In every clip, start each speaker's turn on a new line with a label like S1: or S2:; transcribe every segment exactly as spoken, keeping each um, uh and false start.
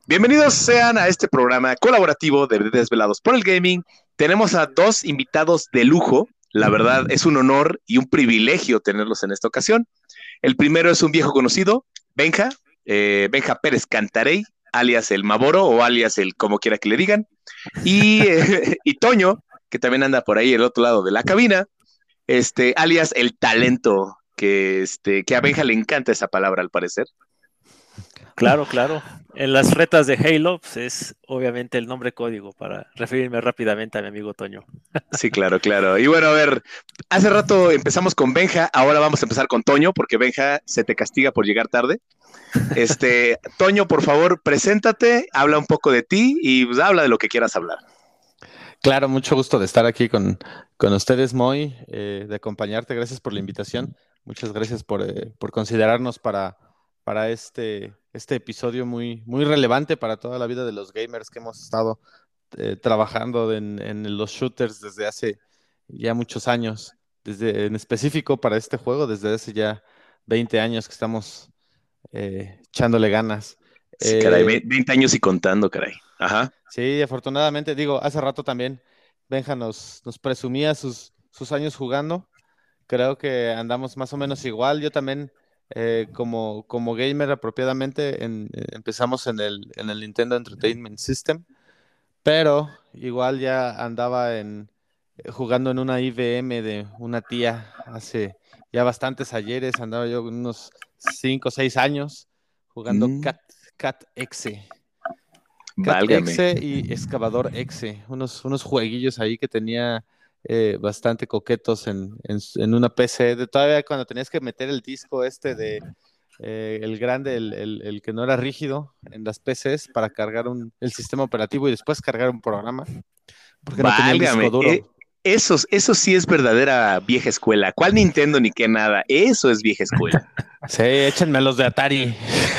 S1: Bienvenidos sean a este programa colaborativo de Desvelados por el Gaming. Tenemos a dos invitados de lujo. La verdad es un honor y un privilegio tenerlos en esta ocasión. El primero es un viejo conocido, Benja, eh, Benja Pérez Cantarey, alias el Maboro o alias el como quiera que le digan. Y, eh, y Toño, que también anda por ahí al otro lado de la cabina, este, alias el talento, que, este, que a Benja le encanta esa palabra al parecer.
S2: Claro, claro. En las retas de Halo pues es obviamente el nombre código para referirme rápidamente a mi amigo Toño.
S1: Sí, claro, claro. Y bueno, a ver, hace rato empezamos con Benja, ahora vamos a empezar con Toño, porque Benja se te castiga por llegar tarde. Este, Toño, por favor, preséntate, habla un poco de ti y pues, habla de lo que quieras hablar.
S3: Claro, mucho gusto de estar aquí con, con ustedes, Moy, eh, de acompañarte. Gracias por la invitación. Muchas gracias por, eh, por considerarnos para, para este, este episodio muy, muy relevante para toda la vida de los gamers que hemos estado eh, trabajando en, en los shooters desde hace ya muchos años. Desde, en específico para este juego, desde hace ya veinte años que estamos eh, echándole ganas.
S1: Sí, caray,
S3: Eh,
S1: veinte años y contando, caray. Ajá.
S3: Sí, afortunadamente, digo, hace rato también Benja nos, nos presumía sus, sus años jugando. Creo que andamos más o menos igual. Yo también, eh, como, como gamer apropiadamente, en- eh, empezamos en el, en el Nintendo Entertainment System, pero igual ya andaba en, eh, jugando en una I B M de una tía hace ya bastantes ayeres. Andaba yo con unos cinco o seis años jugando
S1: Mm,
S3: Cat, Cat Exe. Cat
S1: válgame.
S3: Exe y Excavador Exe, unos, unos jueguillos ahí que tenía eh, bastante coquetos en, en, en una P C. De todavía cuando tenías que meter el disco este de eh, el grande, el, el, el que no era rígido en las P Cs para cargar un, el sistema operativo y después cargar un programa, porque no tenía el disco
S1: Válgame. Eh,
S3: duro.
S1: eso, eso sí es verdadera vieja escuela. ¿Cuál Nintendo ni qué nada? Eso es vieja escuela.
S3: Sí, échenme los de Atari.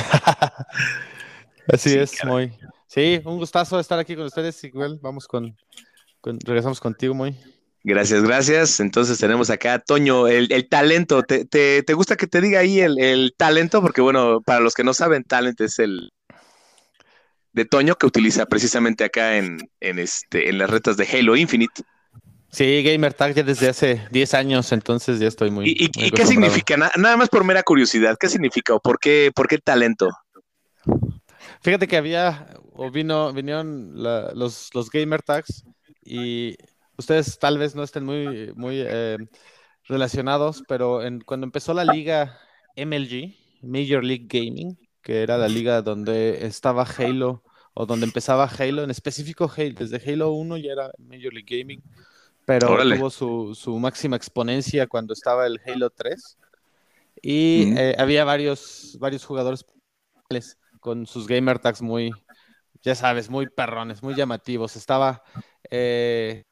S3: Así
S1: Sí,
S3: es,
S1: caray.
S3: Moy. Sí, un gustazo estar aquí con ustedes. Igual vamos con, con regresamos contigo, Moy.
S1: Gracias, gracias. Entonces tenemos acá a Toño, el, el talento. ¿Te, te, te gusta que te diga ahí el, el talento? Porque bueno, para los que no saben, talent es el de Toño que utiliza precisamente acá en, en, este, en las retas de Halo Infinite.
S3: Sí, Gamer Tag ya desde hace diez años, entonces ya estoy muy,
S1: ¿Y, y,
S3: muy
S1: y qué
S3: acostumbrado.
S1: significa? Na, nada más por mera curiosidad, ¿qué significa o por qué, por qué talento?
S3: Fíjate que había, o vino, vinieron la- los, los Gamer Tags y ustedes tal vez no estén muy, muy eh, relacionados, pero en, cuando empezó la liga M L G, Major League Gaming, que era la liga donde estaba Halo, o donde empezaba Halo, en específico Halo, desde Halo uno ya era Major League Gaming, pero
S1: Órale.
S3: tuvo su, su máxima exponencia cuando estaba el Halo tres. Y
S1: Mm.
S3: eh, había varios, varios jugadores con sus gamer tags muy, ya sabes, muy perrones, muy llamativos. Estaba eh,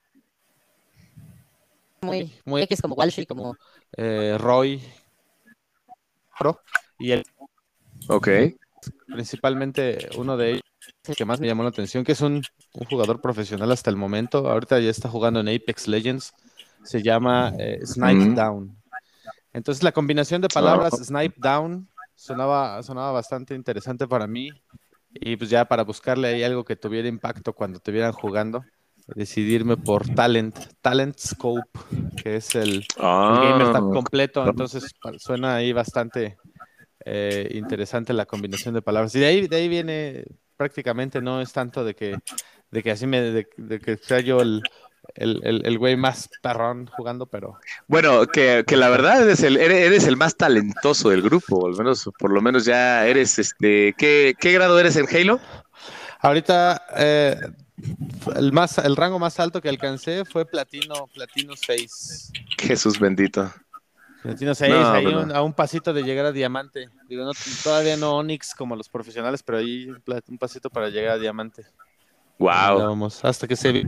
S3: muy, muy X como Walsh, como eh, Roy, Pro, y el,
S1: Ok.
S3: principalmente uno de ellos, el que más me llamó la atención, que es un, un jugador profesional hasta el momento. Ahorita ya está jugando en Apex Legends. Se llama eh, Snipe
S1: Mm.
S3: Down. Entonces la combinación de palabras
S1: Oh.
S3: Snipe Down sonaba, sonaba bastante interesante para mí. Y pues ya para buscarle ahí algo que tuviera impacto cuando te vieran jugando, decidirme por Talent, Talent Scope, que es el, el gamer tag
S1: Ah.
S3: completo. Entonces pa- suena ahí bastante eh, interesante la combinación de palabras. Y de ahí, de ahí viene prácticamente, no es tanto de que, de que así me, de, de que sea yo el, el, el, el güey más perrón jugando, pero
S1: Bueno, que, que
S3: ahí
S1: la
S3: está.
S1: verdad eres el, eres, eres el más talentoso del grupo, al menos, por lo menos ya eres este. ¿Qué, qué grado eres en Halo?
S3: Ahorita eh, el más, el rango más alto que alcancé fue platino, platino seis.
S1: Jesús bendito.
S3: Platino seis,
S1: No,
S3: ahí
S1: bueno.
S3: un- a un pasito de llegar a diamante. Digo, no, todavía no Onix como los profesionales, pero ahí un, pla- un pasito para llegar a diamante. Ahí
S1: Wow.
S3: andábamos, hasta que se vi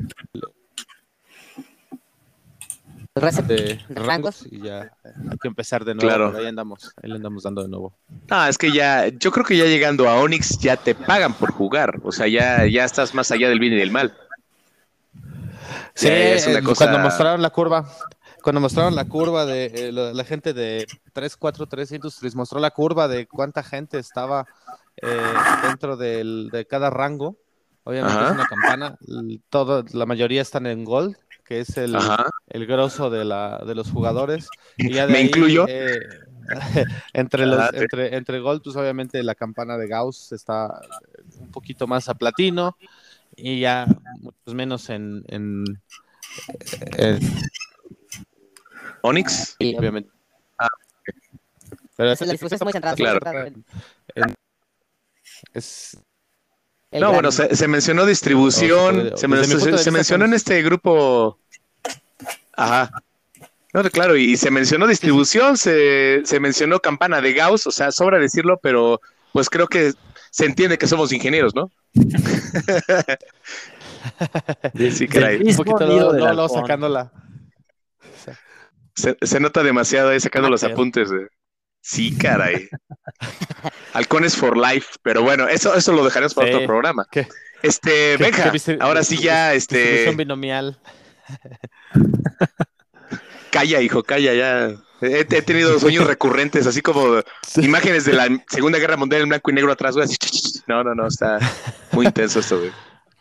S3: el resto de rangos y ya eh, hay que empezar de nuevo,
S1: Claro.
S3: pero ahí andamos, ahí le andamos dando de nuevo.
S1: No, es que ya, yo creo que ya llegando a Onyx ya te pagan por jugar. O sea, ya, ya estás más allá del bien y del mal.
S3: Sí,
S1: Ya, ya es
S3: eh,
S1: una
S3: cuando
S1: cosa.
S3: mostraron la curva, cuando mostraron la curva de eh, lo- la gente de tres cuatro tres Industries, mostró la curva de cuánta gente estaba eh, dentro del, de cada rango. Obviamente
S1: Ajá.
S3: es una campana. Todo, la mayoría están en Gold, que es el, el grosso de, la, de los jugadores. Y ya de
S1: ¿Me
S3: ahí,
S1: incluyo?
S3: eh, entre, los,
S1: Ajá,
S3: entre, entre Gold, pues obviamente la campana de Gauss está un poquito más a platino y ya pues, menos en, en, en
S1: Onyx.
S3: obviamente.
S1: Ah,
S3: Pero
S4: Pues la distribución es muy centrada.
S3: claro,
S4: centrada
S3: en, en, es,
S4: el
S1: no,
S4: gran-
S1: bueno, se, se mencionó
S3: o se
S1: distribución,
S3: podría-
S1: se,
S3: desde
S1: men-
S3: mi punto
S1: se-
S3: de
S1: se
S3: vista
S1: mencionó en
S3: con-
S1: este grupo. Ajá. No, claro, y, y se mencionó distribución, se, se mencionó campana de Gauss, o sea, sobra decirlo, pero pues creo que se entiende que somos ingenieros, ¿no?
S2: Del,
S1: Sí,
S2: del
S1: caray.
S3: un
S2: mismo
S3: poquito
S2: nido
S3: luego,
S2: del
S3: luego, luego
S2: halcón.
S3: sacándola.
S1: Se, se nota demasiado ahí sacando los
S3: Mater.
S1: apuntes. eh. Sí, caray. Halcones for life, pero bueno, eso, eso lo dejaremos para
S3: Sí.
S1: otro programa.
S3: ¿Qué?
S1: Este,
S3: ¿Qué-
S1: Benja,
S3: qué distri-
S1: ahora sí ya,
S3: distribución
S1: este,
S3: binomial.
S1: calla, hijo, calla, ya. He, he tenido sueños recurrentes, así como imágenes de la Segunda Guerra Mundial en blanco y negro atrás, güey. Así, no, no, no, está muy intenso esto, güey.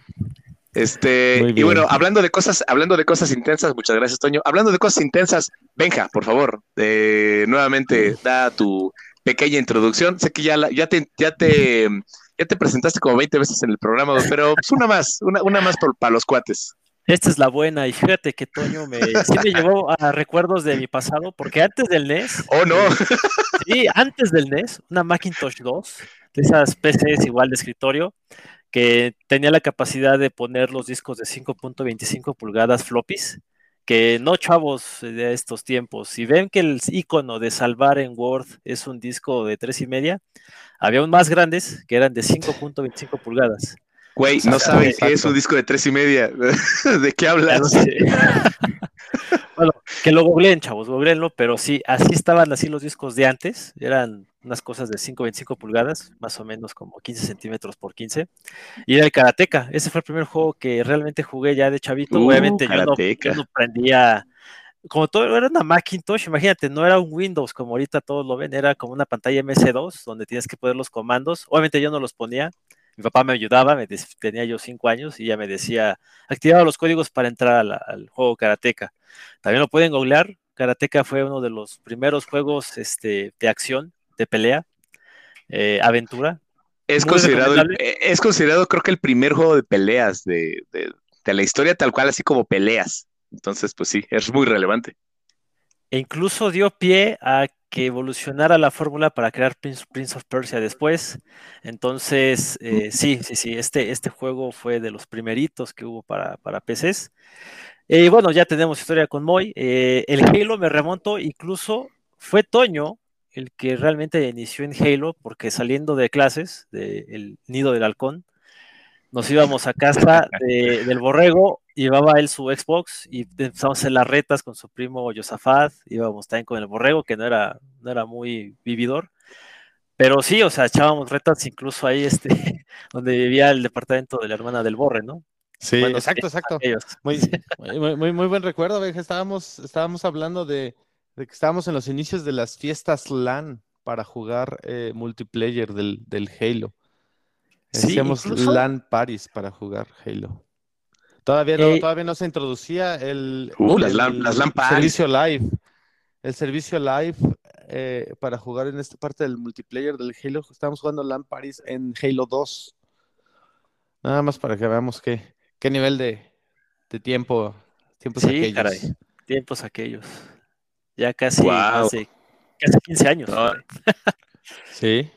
S1: Este,
S3: Muy
S1: y
S3: bien.
S1: bueno, hablando de cosas, hablando de cosas intensas, muchas gracias, Toño. Hablando de cosas intensas, Benja, por favor, eh, nuevamente da tu pequeña introducción. Sé que ya, la- ya te, ya te, ya te presentaste como veinte veces en el programa, güey, pero pues una más, una, una más por- para los cuates.
S2: Esta es la buena, y fíjate que Toño me, sí me llevó a recuerdos de mi pasado, porque antes del N E S,
S1: Oh, no.
S2: eh, sí, antes del N E S, una Macintosh dos, de esas P Cs igual de escritorio, que tenía la capacidad de poner los discos de cinco punto veinticinco pulgadas floppies, que no, chavos de estos tiempos, si ven que el icono de salvar en Word es un disco de tres y media, había un más grandes que eran de cinco punto veinticinco pulgadas.
S1: Güey,
S2: O sea,
S1: no saben
S3: exacto.
S1: qué es un disco de tres y media. ¿De qué
S2: Ya
S1: hablas?
S2: no sé. Bueno, que lo googleen, chavos, googleenlo, pero sí, así estaban así los discos de antes, eran unas cosas de cinco punto veinticinco pulgadas, más o menos como quince centímetros por quince, y era el Karateka. Ese fue el primer juego que realmente jugué ya de chavito.
S1: Uh,
S2: Obviamente yo no,
S1: Karateka.
S2: yo no prendía, como todo era una Macintosh, imagínate, no era un Windows como ahorita todos lo ven, era como una pantalla M S dos donde tienes que poner los comandos. Obviamente yo no los ponía, mi papá me ayudaba, me des- tenía yo cinco años y ya me decía, activaba los códigos para entrar a la- al juego Karateka. También lo pueden googlear. Karateka fue uno de los primeros juegos este, de acción, de pelea, eh, aventura.
S1: Es
S2: Muy
S1: considerado, el-
S2: recomendable.
S1: es considerado, creo que el primer juego de peleas de, de, de la historia, tal cual, así como peleas. Entonces, pues sí, es muy relevante.
S2: E incluso dio pie a que evolucionara la fórmula para crear Prince, Prince of Persia después. Entonces, eh, sí, sí, sí, este, este juego fue de los primeritos que hubo para, para P Cs. Y eh, bueno, ya tenemos historia con Moy. Eh, el Halo me remonto, incluso fue Toño el que realmente inició en Halo, porque saliendo de clases del Nido del Halcón, nos íbamos a casa de, del Borrego, llevaba él su Xbox y empezamos a hacer las retas con su primo Yosafat, íbamos también con el Borrego, que no era, no era muy vividor, pero sí, o sea, echábamos retas incluso ahí, este, donde vivía el departamento de la hermana del Borre, ¿no?
S3: Sí,
S2: Bueno,
S3: exacto,
S2: sí,
S3: exacto.
S2: aquellos.
S3: Muy, muy, muy, muy buen recuerdo, Benja. Estábamos, estábamos hablando de, de que estábamos en los inicios de las fiestas LAN para jugar eh, multiplayer del, del Halo.
S2: Sí,
S3: Hacíamos
S2: incluso,
S3: LAN parties para jugar Halo. Todavía no,
S2: eh,
S3: todavía no se introducía el,
S1: Uh, las,
S3: el
S1: lam- las lámparas.
S3: servicio live. El servicio live eh, para jugar en esta parte del multiplayer del Halo. Estábamos jugando LAN parties en Halo dos. Nada más para que veamos qué, qué nivel de, de tiempo, tiempos
S2: sí,
S3: aquellos.
S2: caray, tiempos aquellos, ya casi
S1: Wow.
S2: más de, casi quince años.
S1: No.
S2: caray.
S3: Sí.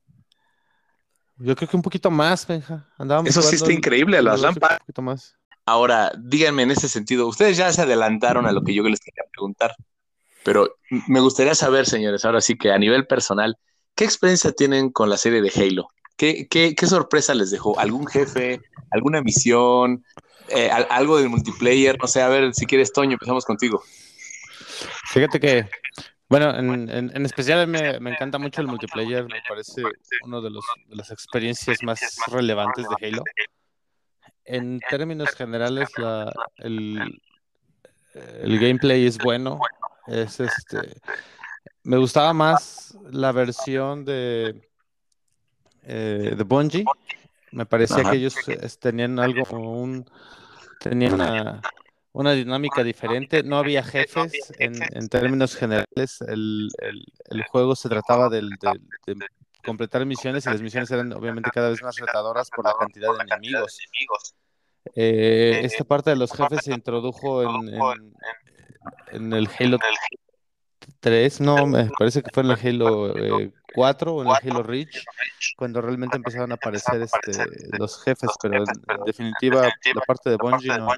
S3: Yo creo que un poquito más, Benja. Andábamos
S1: Eso sí
S3: jugando
S1: está
S3: el-
S1: increíble,
S3: el
S1: las
S3: negocio
S1: lámparas.
S3: Un poquito más.
S1: Ahora, díganme en ese sentido, ustedes ya se adelantaron a lo que yo les quería preguntar, pero me gustaría saber, señores, ahora sí que a nivel personal, ¿qué experiencia tienen con la serie de Halo? ¿Qué, qué, qué sorpresa les dejó? ¿Algún jefe? ¿Alguna misión? Eh, al- ¿Algo del multiplayer? No sé, a ver, si quieres, Toño, empezamos contigo.
S3: Fíjate que, bueno, en, en- en especial me, me encanta mucho el multiplayer. Me parece uno de los de las experiencias más relevantes de Halo. En términos generales, la, el, el gameplay es bueno. Es este. Me gustaba más la versión de eh, de Bungie. Me parecía
S1: Ajá.
S3: que ellos eh, tenían algo, un, tenían una, una dinámica diferente. No había jefes en, en términos generales. El, el- el juego se trataba del- del- de completar misiones y las misiones eran obviamente cada vez más retadoras por la cantidad de enemigos. Eh, esta parte de los jefes se introdujo en, en, en el Halo tres, no, me parece que fue en el Halo eh, cuatro o en el Halo Reach, cuando realmente empezaron a aparecer este, los jefes, pero en, en definitiva la parte de Bungie no,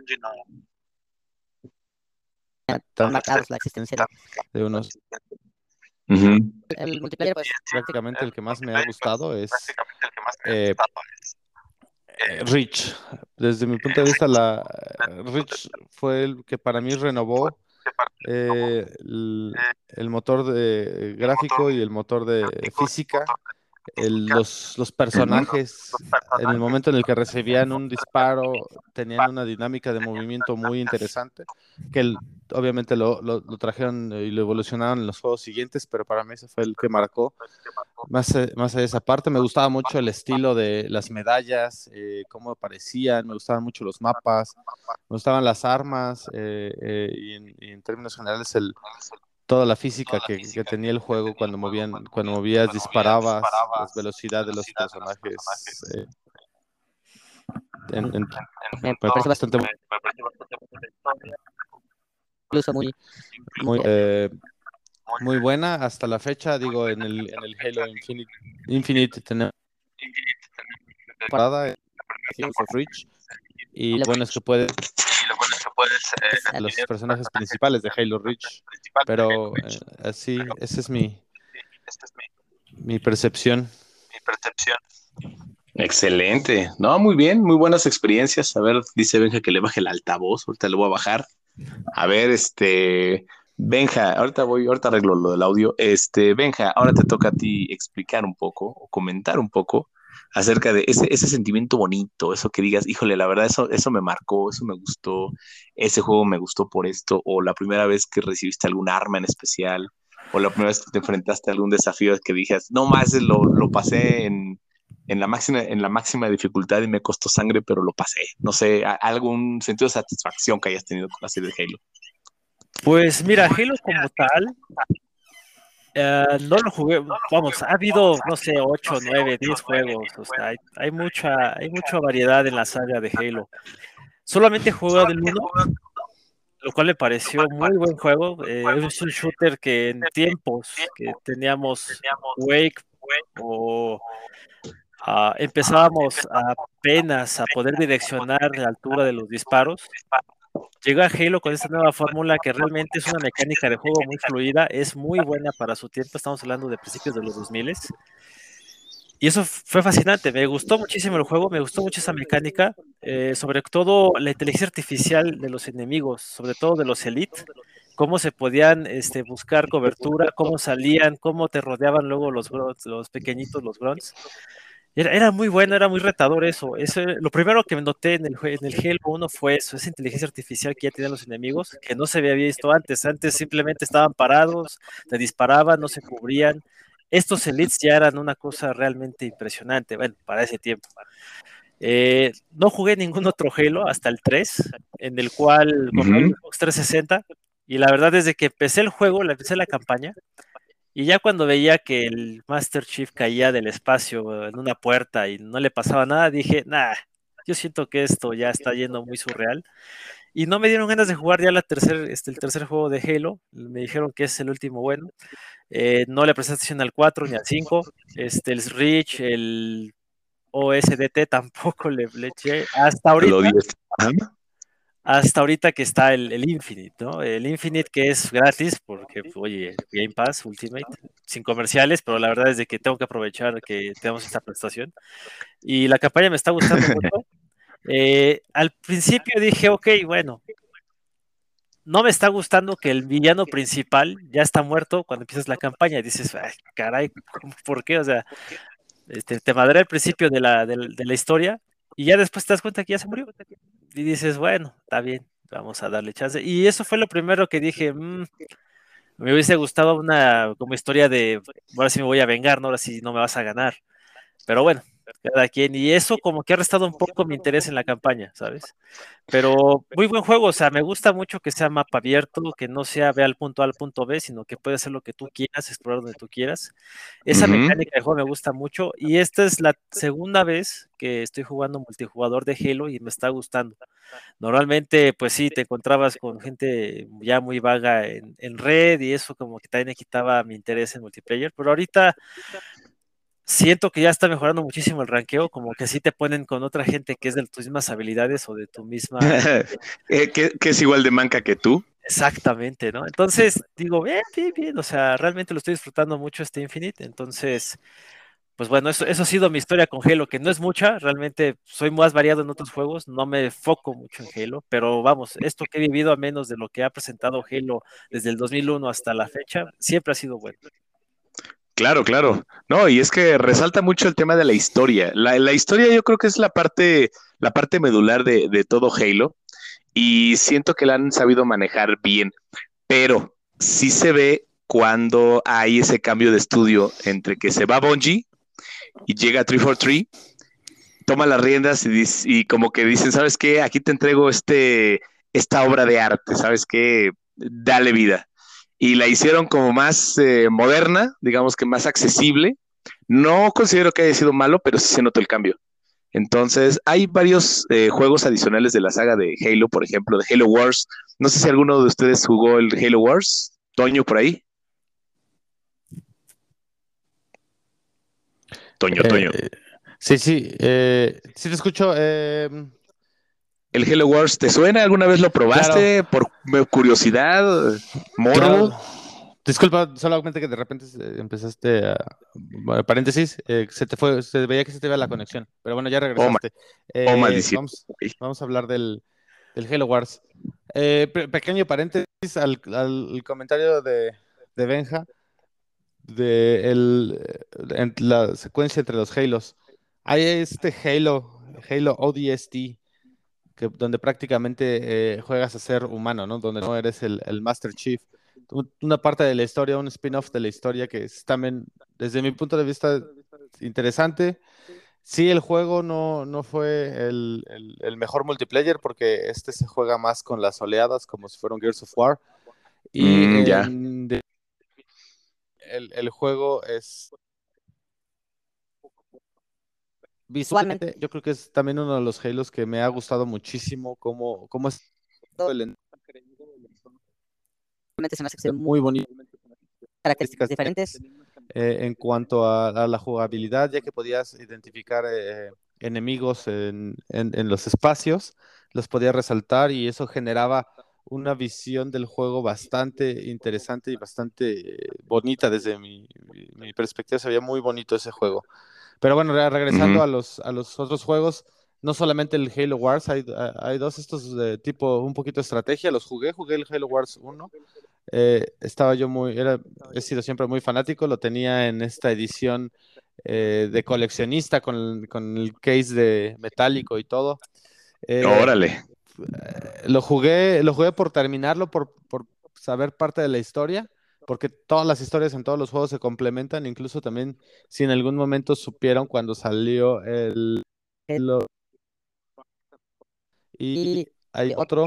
S3: tan
S4: marcados la existencia de
S3: de unos.
S1: Ujú.
S4: el multiplayer, pues
S3: Prácticamente el que más me ha gustado es eh, eh, Reach. Desde mi punto de vista, la eh, Reach fue el que para mí renovó eh, el, el motor de gráfico y el motor de física. El- los, los personajes, en el momento en el que recibían un disparo, tenían una dinámica de movimiento muy interesante, que el- obviamente lo, lo- lo trajeron y lo evolucionaron en los juegos siguientes, pero para mí ese fue el que marcó. Más, eh, más de esa parte, me gustaba mucho el estilo de las medallas, eh, cómo aparecían, me gustaban mucho los mapas, me gustaban las armas, eh, eh, y, en, y en términos generales el, toda la física que, que tenía el juego cuando movían, cuando movías, disparabas, las velocidades de los personajes. eh, en- en-
S4: me
S3: me
S4: parece
S3: bastante
S4: incluso muy,
S3: muy, eh, muy buena hasta la fecha. Digo, en el, en el Halo Infinite, Infinite tenemos temporada en Heroes of Reach, y lo bueno es que puedes a los personajes principales de Halo Reach, pero eh, así, esa es mi, mi percepción.
S1: Excelente. No, muy bien, muy buenas experiencias. A ver, dice Benja que le baje el altavoz. Ahorita le voy a bajar. A ver, este, Benja, ahorita voy, ahorita arreglo lo del audio. Este, Benja, ahora te toca a ti explicar un poco o comentar un poco acerca de ese, ese sentimiento bonito, eso que digas, híjole, la verdad, eso, eso me marcó, eso me gustó, ese juego me gustó por esto, o la primera vez que recibiste algún arma en especial, o la primera vez que te enfrentaste a algún desafío que dijeras, no más, lo, lo pasé en, en la máxima, en la máxima dificultad y me costó sangre, pero lo pasé. No sé, a- algún sentido de satisfacción que hayas tenido con la serie de Halo.
S2: Pues mira, Halo como tal, eh, no lo jugué, vamos, ha habido, no sé, ocho, nueve, diez juegos, o sea, hay, hay mucha, hay mucha variedad en la saga de Halo. Solamente he jugado del uno, lo cual me pareció muy buen juego. Eh, es un shooter que en tiempos que teníamos Quake o ah, empezábamos apenas a poder direccionar la altura de los disparos, llega Halo con esta nueva fórmula que realmente es una mecánica de juego muy fluida, es muy buena para su tiempo, estamos hablando de principios de los dos mil. Y eso fue fascinante, me gustó muchísimo el juego, me gustó mucho esa mecánica, eh, sobre todo la inteligencia artificial de los enemigos, sobre todo de los Elite, cómo se podían este, buscar cobertura, cómo salían, cómo te rodeaban luego los, grunts, los pequeñitos, los grunts. Era, era muy bueno, era muy retador eso. eso. Lo primero que me noté en el, jue- en el Halo uno fue eso, esa inteligencia artificial que ya tenían los enemigos, que no se había visto antes. Antes simplemente estaban parados, te disparaban, no se cubrían. Estos elites ya eran una cosa realmente impresionante, bueno, para ese tiempo. Eh, no jugué ningún otro Halo hasta el tres, en el cual compré el
S1: Ujú.
S2: Xbox trescientos sesenta, y la verdad desde que empecé el juego, la empecé la campaña, y ya cuando veía que el Master Chief caía del espacio en una puerta y no le pasaba nada, dije, nah, yo siento que esto ya está yendo muy surreal. Y no me dieron ganas de jugar ya la tercer, este, el tercer juego de Halo. Me dijeron que es el último bueno. Eh, no le presté atención al cuatro ni al cinco. Este, el Reach, el O S D T tampoco le, le eché. Hasta
S1: Lo
S2: ahorita,
S1: odias. Ajá.
S2: hasta ahorita que está el, el Infinite, ¿no? El Infinite que es gratis porque, pues, oye, Game Pass Ultimate, sin comerciales, pero la verdad es de que tengo que aprovechar que tenemos esta prestación. Y la campaña me está gustando mucho. Eh, al principio dije, ok, bueno, no me está gustando que el villano principal ya está muerto cuando empiezas la campaña y dices, ay, caray, ¿por qué? O sea, este, te madrea al principio de la, de, la, de la historia y ya después te das cuenta que ya se murió. Y dices, bueno, está bien, vamos a darle chance. Y eso fue lo primero que dije, mmm, me hubiese gustado una como historia de, ahora sí me voy a vengar, ¿no? Ahora sí no me vas a ganar. pero bueno, cada quien, y eso como que ha restado un poco mi interés en la campaña, ¿sabes? Pero muy buen juego, o sea, me gusta mucho que sea mapa abierto, que no sea ve al punto A al punto B, sino que puede hacer lo que tú quieras, explorar donde tú quieras. Esa
S1: Ujú.
S2: mecánica de juego me gusta mucho y esta es la segunda vez que estoy jugando multijugador de Halo y me está gustando. Normalmente, pues sí, te encontrabas con gente ya muy vaga en, en red y eso como que también me quitaba mi interés en multiplayer, pero ahorita siento que ya está mejorando muchísimo el ranqueo, como que sí te ponen con otra gente que es de tus mismas habilidades o de tu misma...
S1: Eh, que, que es igual de manca que tú.
S2: Exactamente, ¿no? Entonces digo, bien, bien, bien, o sea, realmente lo estoy disfrutando mucho este Infinite, entonces, pues bueno, eso, eso ha sido mi historia con Halo, que no es mucha, realmente soy más variado en otros juegos, no me foco mucho en Halo, pero vamos, esto que he vivido a menos de lo que ha presentado Halo desde el dos mil uno hasta la fecha, siempre ha sido bueno.
S1: Claro, claro. No, y es que resalta mucho el tema de la historia. La, la historia yo creo que es la parte, la parte medular de, de todo Halo y siento que la han sabido manejar bien, pero sí se ve cuando hay ese cambio de estudio entre que se va Bungie y llega trescientos cuarenta y tres, toma las riendas y, dice, y como que dicen, ¿sabes qué? Aquí te entrego este, esta obra de arte, ¿sabes qué? Dale vida. Y la hicieron como más eh, moderna, digamos que más accesible. No considero que haya sido malo, pero sí se notó el cambio. Entonces, hay varios eh, juegos adicionales de la saga de Halo, por ejemplo, de Halo Wars. No sé si alguno de ustedes jugó el Halo Wars. Toño, por ahí. Toño,
S3: Eh,
S1: Toño.
S3: sí, sí, eh, sí te escucho. eh,
S1: ¿El Halo Wars te suena? ¿Alguna vez lo probaste?
S3: Claro.
S1: ¿Por curiosidad? ¿Morbo?
S3: Claro. Disculpa, solamente que de repente eh, empezaste a... bueno, paréntesis, eh, se te fue, se veía que se te iba la conexión, pero bueno, ya
S1: Oh, ma-
S3: regresaste.
S1: oh,
S3: Eh,
S1: maldición.
S3: vamos,
S1: Ok.
S3: vamos a hablar del, del Halo Wars. Eh, pe- pequeño paréntesis al, al comentario de, de Benja de el, eh, en la secuencia entre los Halos. Hay este Halo, Halo O D S T, que, donde prácticamente eh, juegas a ser humano, ¿no? Donde no eres el, el Master Chief. U- Una parte de la historia, un spin-off de la historia que es también, desde mi punto de vista, interesante. Sí, el juego no, no fue el, el- el mejor multiplayer porque este se juega más con las oleadas como si fuera un Gears of War. Y
S1: Mm, ya.
S3: en, de- el, el juego es visualmente, yo creo que es también uno de los Halos que me ha gustado muchísimo, cómo, cómo es todo el entorno,
S4: Realmente se me hace que se ve muy
S3: muy bonito,
S4: características diferentes.
S3: eh, en cuanto a, a la jugabilidad, ya que podías identificar eh, enemigos en, en- en los espacios, los podías resaltar y eso generaba una visión del juego bastante interesante y bastante eh, bonita desde mi, mi- mi perspectiva. Se veía muy bonito ese juego. Pero bueno, re- regresando
S1: Ujú.
S3: a los, a los otros juegos, no solamente el Halo Wars, hay, hay dos estos de tipo un poquito de estrategia, los jugué, jugué el Halo Wars uno. Eh, estaba yo muy, era, he sido siempre muy fanático, lo tenía en esta edición eh, de coleccionista con, con el case de metálico y todo. Eh,
S1: Órale.
S3: lo jugué, lo jugué por terminarlo, por, por saber parte de la historia, porque todas las historias en todos los juegos se complementan, incluso también si en algún momento supieron cuando salió el... lo- y
S4: Y
S3: hay
S4: de
S3: otro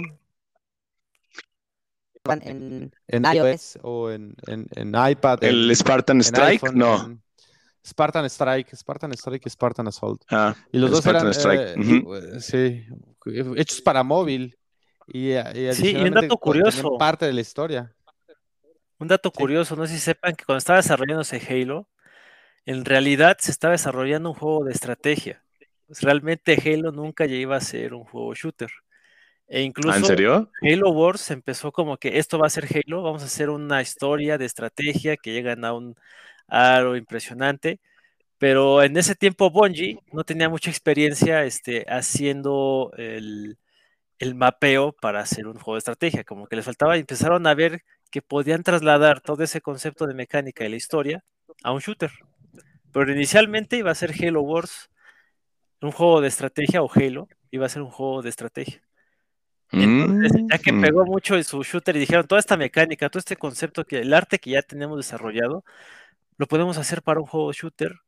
S4: otro en
S3: en
S4: iOS.
S3: iOS o en, en, en iPad,
S1: ¿El
S3: en,
S1: Spartan
S3: en
S1: Strike?
S3: iPhone,
S1: No.
S3: en Spartan Strike, Spartan Strike y Spartan Assault.
S1: Ah,
S3: Y los
S1: el
S3: dos
S1: Spartan
S3: eran,
S1: Strike.
S3: eh,
S1: Ujú.
S3: igu- sí, hechos para móvil y, eh, y
S2: Sí, y un
S3: adicionalmente
S2: dato
S3: contenían
S2: curioso,
S3: parte de la historia.
S2: un dato
S3: Sí.
S2: curioso, no sé si sepan que cuando estaba desarrollándose Halo, en realidad se estaba desarrollando un juego de estrategia. Pues, realmente Halo nunca ya iba a ser un juego shooter. E
S1: Ah, ¿en
S2: incluso
S1: serio?
S2: Halo Wars empezó como que esto va a ser Halo, vamos a hacer una historia de estrategia que llegan a un aro impresionante, pero en ese tiempo Bungie no tenía mucha experiencia este, haciendo el, el mapeo para hacer un juego de estrategia, como que les faltaba, y empezaron a ver que podían trasladar todo ese concepto de mecánica y la historia a un shooter. Pero inicialmente iba a ser Halo Wars, un juego de estrategia, o Halo, iba a ser un juego de estrategia. Entonces,
S1: Mm,
S2: ya que
S1: mm.
S2: pegó mucho en su shooter y dijeron, toda esta mecánica, todo este concepto, que el arte que ya tenemos desarrollado, lo podemos hacer para un juego shooter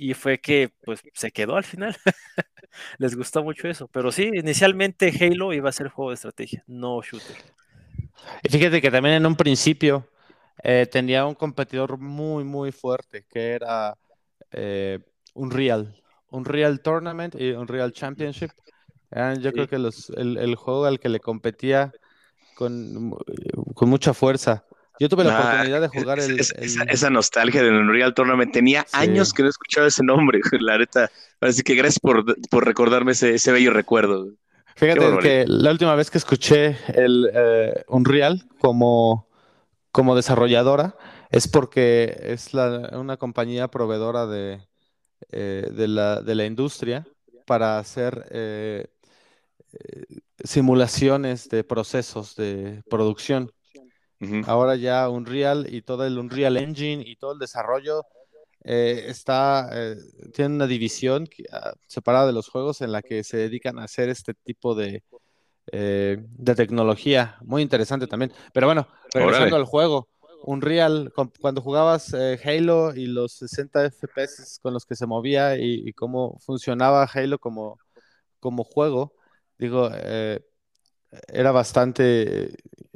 S2: y fue que pues se quedó al final. Les gustó mucho eso, pero sí, inicialmente Halo iba a ser juego de estrategia, no shooter.
S3: Y fíjate que también en un principio eh, tenía un competidor muy, muy fuerte, que era eh, Unreal. Unreal Tournament y Unreal Championship. Eran, yo creo
S2: Sí.
S3: que los, el, el juego al que le competía con, con mucha fuerza. Yo tuve la
S1: Ah,
S3: oportunidad de
S1: es-
S3: jugar
S1: es-
S3: el,
S1: es- esa,
S3: el-
S1: esa nostalgia del Unreal Tournament. Tenía
S3: Sí.
S1: años que no escuchaba ese nombre, la neta. Así que gracias por, por recordarme ese, ese bello recuerdo. Qué
S3: Fíjate
S1: barbaridad.
S3: que la última vez que escuché el eh, Unreal como, como desarrolladora es porque es la- una compañía proveedora de, eh, de la, de la industria para hacer eh, eh, simulaciones de procesos de producción.
S1: Ujú.
S3: Ahora ya Unreal y todo el Unreal Engine y todo el desarrollo eh, está, eh, tiene una división que, ah, separada de los juegos en la que se dedican a hacer este tipo de, eh, de tecnología. Muy interesante también. Pero bueno, regresando
S1: Órale.
S3: al juego, Unreal, cu- cuando jugabas eh, Halo y los sesenta F P S con los que se movía y, y cómo funcionaba Halo como, como juego, digo, eh, era bastante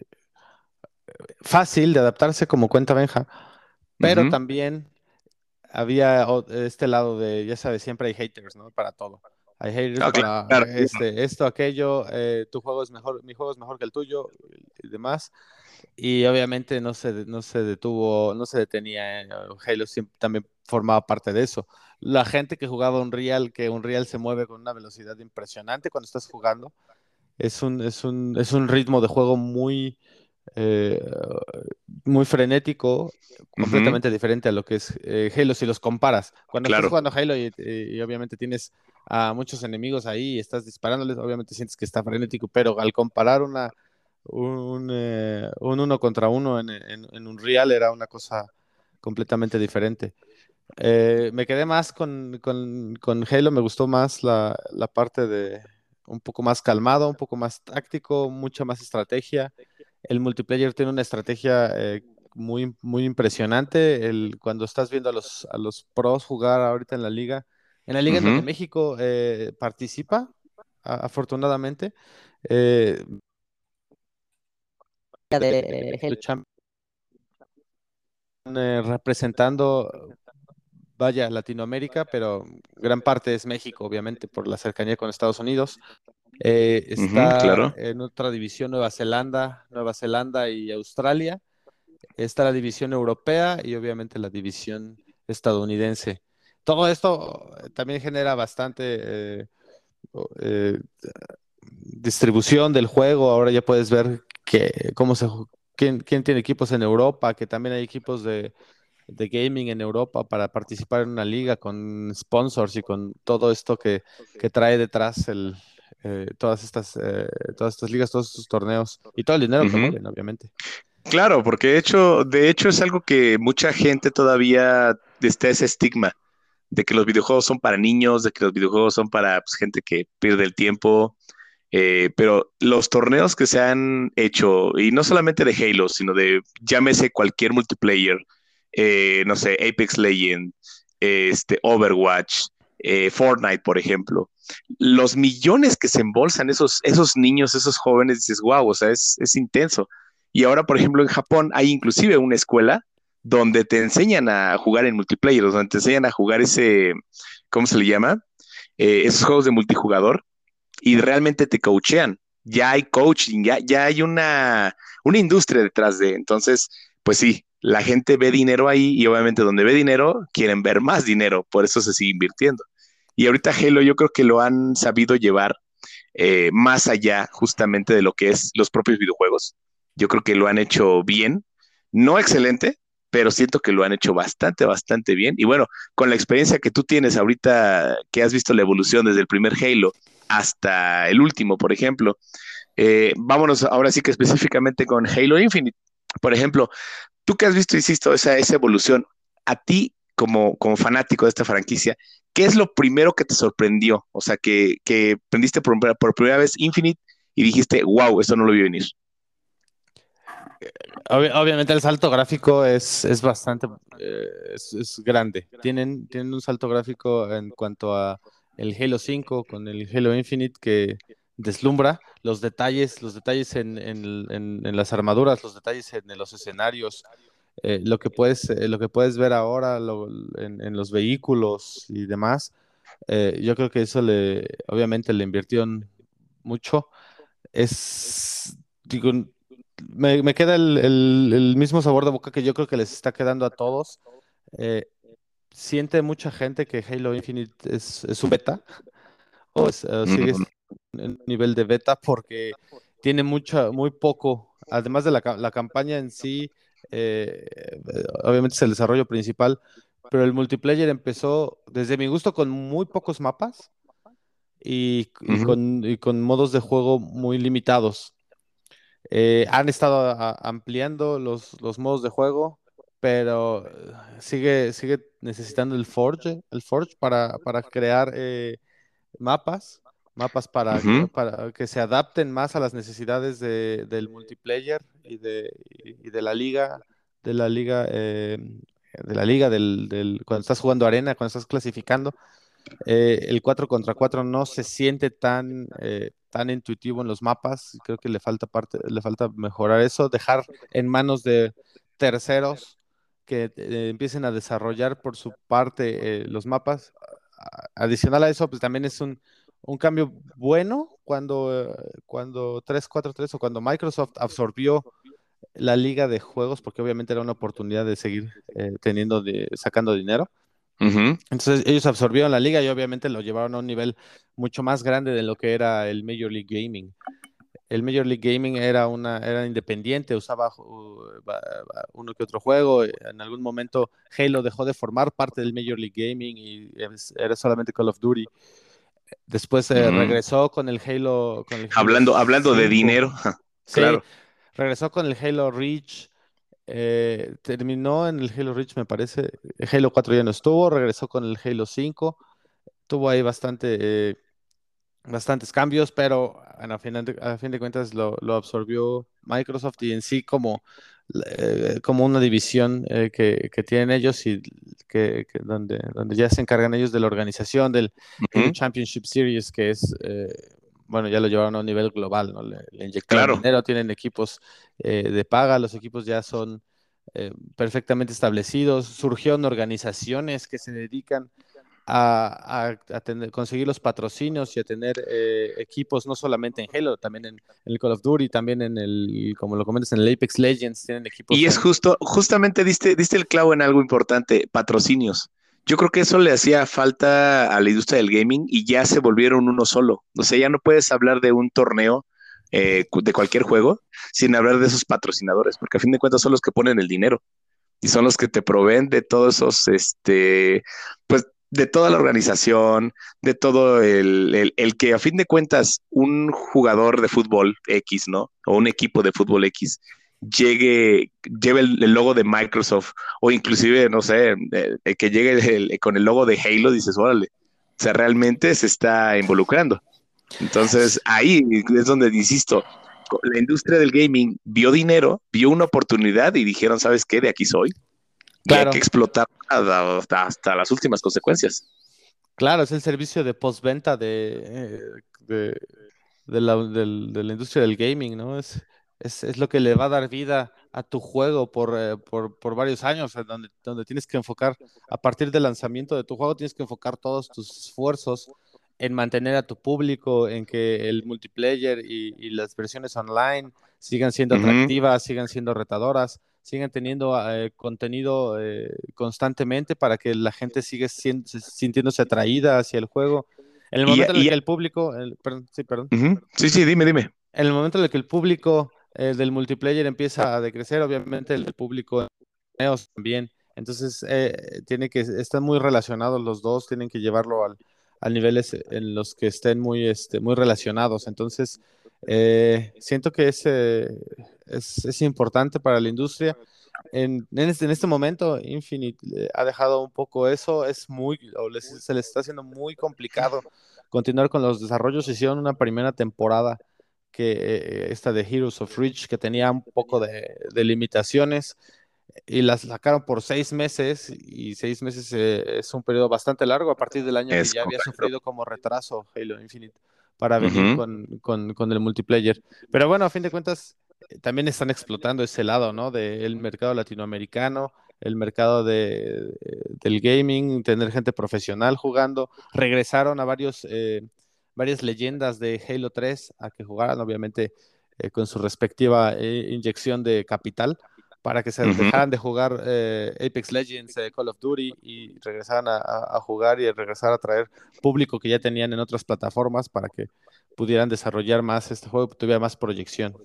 S3: fácil de adaptarse como cuenta Benja, pero
S1: Ujú.
S3: también había o- este lado de, ya sabes, siempre hay haters, ¿no? Para todo. Hay haters
S1: Ah, claro,
S3: para
S1: claro.
S3: este, esto, aquello, eh, tu juego es mejor, mi juego es mejor que el tuyo y demás. Y obviamente no se, no se detuvo, no se detenía. eh, Halo siempre, también formaba parte de eso. La gente que jugaba Unreal, que Unreal se mueve con una velocidad impresionante cuando estás jugando. Es un, es un, es un ritmo de juego muy, eh, muy frenético,
S1: Ujú.
S3: completamente diferente a lo que es eh, Halo si los comparas. Cuando estás
S1: Claro.
S3: jugando Halo y, y obviamente tienes a muchos enemigos ahí y estás disparándoles, obviamente sientes que está frenético, pero al comparar una, un, eh, un uno contra uno en, en, en Unreal era una cosa completamente diferente. Eh, me quedé más con, con, con Halo, me gustó más la, la parte de un poco más calmado, un poco más táctico, mucha más estrategia. El multiplayer tiene una estrategia eh, muy, muy impresionante. El, cuando estás viendo a los, a los pros jugar ahorita en la liga, en la liga en donde
S1: Ujú.
S3: México eh, participa, a- afortunadamente, eh,
S4: de
S3: de
S4: Halo.
S3: champ- eh, representando, vaya, Latinoamérica, pero gran parte es México, obviamente, por la cercanía con Estados Unidos. Eh,
S1: Ujú,
S3: está
S1: claro.
S3: en otra división Nueva Zelanda, Nueva Zelanda y Australia. Está la división europea y obviamente la división estadounidense. Todo esto eh, también genera bastante eh, o- eh, distribución del juego. Ahora ya puedes ver que, cómo se, ju- quién, quién tiene equipos en Europa, que también hay equipos de, de gaming en Europa para participar en una liga con sponsors y con todo esto que, que trae detrás el, eh, todas estas, eh, todas estas ligas, todos estos torneos y todo el dinero que
S1: Ujú.
S3: mueven, obviamente.
S1: Claro, porque de hecho, de hecho es algo que mucha gente todavía está ese estigma de que los videojuegos son para niños, de que los videojuegos son para pues, gente que pierde el tiempo. Eh, pero los torneos que se han hecho, y no solamente de Halo, sino de llámese cualquier multiplayer, eh, no sé, Apex Legends, este, Overwatch, eh, Fortnite, por ejemplo, los millones que se embolsan esos, esos niños, esos jóvenes, dices, wow, o sea, es, es intenso. Y ahora, por ejemplo, en Japón hay inclusive una escuela donde te enseñan a jugar en multiplayer, donde te enseñan a jugar ese, ¿cómo se le llama? Eh, esos juegos de multijugador y realmente te coachean. Ya hay coaching, ya, ya hay una, una industria detrás de. Entonces, pues sí, la gente ve dinero ahí y obviamente donde ve dinero, quieren ver más dinero, por eso se sigue invirtiendo. Y ahorita Halo yo creo que lo han sabido llevar eh, más allá justamente de lo que es los propios videojuegos. Yo creo que lo han hecho bien, no excelente, pero siento que lo han hecho bastante, bastante bien. Y bueno, con la experiencia que tú tienes ahorita, que has visto la evolución desde el primer Halo hasta el último, por ejemplo, eh, vámonos ahora sí que específicamente con Halo Infinite. Por ejemplo, tú que has visto, insisto, esa, esa evolución, a ti como, como fanático de esta franquicia, ¿qué es lo primero que te sorprendió? O sea, que, que prendiste por, por primera vez Infinite y dijiste, wow, esto no lo vi venir.
S3: Obvi- obviamente el salto gráfico es, es bastante eh, es, es grande. Tienen, tienen un salto gráfico en cuanto a el Halo cinco con el Halo Infinite que deslumbra los detalles, los detalles en, en- en- en las armaduras, los detalles en, los escenarios, eh, lo que puedes, eh, lo que puedes ver ahora lo- en, en los vehículos y demás. Eh, yo creo que eso le, obviamente le invirtieron mucho. Es, digo, me, me queda el, el- el mismo sabor de boca que yo creo que les está quedando a todos. Eh, Siente mucha gente que Halo Infinite es, es su beta, o es, eh, sigue
S1: Mm,
S3: en un nivel de beta porque tiene mucha, muy poco, además de la, ca- la campaña en sí, eh, eh, obviamente es el desarrollo principal, pero el multiplayer empezó, desde mi gusto, con muy pocos mapas y, y
S1: ujú,
S3: con, y con modos de juego muy limitados. Eh, han estado a- ampliando los, los modos de juego, pero eh, sigue, sigue necesitando el Forge, el Forge para, para crear eh, mapas, mapas para,
S1: ujú,
S3: para que se adapten más a las necesidades de- del multiplayer y de, y de la liga, de la liga, eh, de la liga del, del- cuando estás jugando arena, cuando estás clasificando. Eh, el cuatro contra cuatro no se siente tan, eh, tan intuitivo en los mapas. Creo que le falta parte, le falta mejorar eso, dejar en manos de terceros que eh, empiecen a desarrollar por su parte eh, los mapas. A- Adicional a eso, pues también es un, un cambio bueno cuando, eh, cuando tres cuatro tres o cuando Microsoft absorbió la liga de juegos, porque obviamente era una oportunidad de seguir eh, teniendo de, sacando dinero.
S1: ujú.
S3: Entonces ellos absorbieron la liga y obviamente lo llevaron a un nivel mucho más grande de lo que era el Major League Gaming. El Major League Gaming era una era independiente, usaba uh, ba- ba- uno que otro juego. En algún momento Halo dejó de formar parte del Major League Gaming y es- era solamente Call of Duty. Después eh,
S1: Mm.
S3: regresó con el Halo con el Halo
S1: Hablando, hablando de
S3: cinco.
S1: dinero,
S3: Sí,
S1: claro.
S3: regresó con el Halo Reach. Eh, terminó en el Halo Reach, me parece. Halo cuatro ya no estuvo, regresó con el Halo cinco. Tuvo ahí bastante, eh, bastantes cambios, pero bueno, a fin de, a fin de cuentas lo, lo absorbió Microsoft y en sí como, eh, como una división eh, que, que tienen ellos y que, que donde, donde ya se encargan ellos de la organización del Halo
S1: Ujú,
S3: Championship Series, que es, eh, bueno, ya lo llevaron a un nivel global, ¿no? Le, le inyectaron
S1: claro.
S3: dinero, tienen equipos eh, de paga, los equipos ya son eh, perfectamente establecidos, surgieron organizaciones que se dedican a, a- a tener- conseguir los patrocinios y a tener eh, equipos no solamente en Halo, también en, en el Call of Duty, también en el, como lo comentas, en el Apex Legends, tienen
S1: Y
S3: equipos
S1: es
S3: en...
S1: justo, justamente diste, diste el clavo en algo importante, patrocinios. Yo creo que eso le hacía falta a la industria del gaming y ya se volvieron uno solo. O sea, ya no puedes hablar de un torneo eh, cu- de cualquier juego sin hablar de esos patrocinadores, porque a fin de cuentas son los que ponen el dinero y son los que te proveen de todos esos, este, pues, de toda la organización, de todo el, el, el que a fin de cuentas un jugador de fútbol X, ¿no? O un equipo de fútbol X llegue, lleve el, el logo de Microsoft o inclusive, no sé, eh, eh, que llegue el- el- con el logo de Halo, dices, órale, o sea, realmente se está involucrando. Entonces, ahí es donde, insisto, co- la industria del gaming vio dinero, vio una oportunidad y dijeron, ¿sabes qué? De aquí soy. Y hay que
S3: Claro,
S1: explotar hasta, hasta las últimas consecuencias.
S3: claro, es el servicio de postventa de, eh, de, de la, del- de la industria del gaming, ¿no? Es, es, es lo que le va a dar vida a tu juego por, eh, por, por varios años, en donde, donde tienes que enfocar, a partir del lanzamiento de tu juego, tienes que enfocar todos tus esfuerzos en mantener a tu público, en que el multiplayer y, y las versiones online sigan siendo
S1: Ujú.
S3: atractivas, sigan siendo retadoras, sigan teniendo eh, contenido eh, constantemente para que la gente siga siendo- sintiéndose atraída hacia el juego. En el
S1: Y,
S3: momento en el
S1: y
S3: que el público, el- perdón, sí, perdón,
S1: ujú. Sí, sí, dime, dime.
S3: en el momento en el que el público eh, del multiplayer empieza a decrecer, obviamente el público de torneos también. Entonces, eh, tiene que, están muy relacionados los dos, tienen que llevarlo al, a niveles en los que estén muy, este, muy relacionados. Entonces, eh, siento que es, eh, es, es importante para la industria. En, en este, en este momento, Infinite eh, ha dejado un poco eso, es muy, o les- se les está haciendo muy complicado continuar con los desarrollos. Hicieron una primera temporada que eh, esta de Heroes of Reach, que tenía un poco de, de limitaciones, y las sacaron por seis meses, y seis meses eh, es un periodo bastante largo a partir del año
S1: Es
S3: que ya había
S1: correcto.
S3: sufrido como retraso Halo Infinite para venir
S1: Ujú.
S3: con, con, con el multiplayer. Pero bueno, a fin de cuentas, eh, también están explotando ese lado, ¿no? Del mercado latinoamericano, el mercado de, eh, del gaming, tener gente profesional jugando. Regresaron a varios, eh, varias leyendas de Halo tres a que jugaran, obviamente, eh, con su respectiva eh, inyección de capital, para que se
S1: Ujú.
S3: dejaran de jugar eh, Apex Legends, eh, Call of Duty, y regresaran a, a- a jugar y a regresar a traer público que ya tenían en otras plataformas para que pudieran desarrollar más este juego, tuviera más proyección.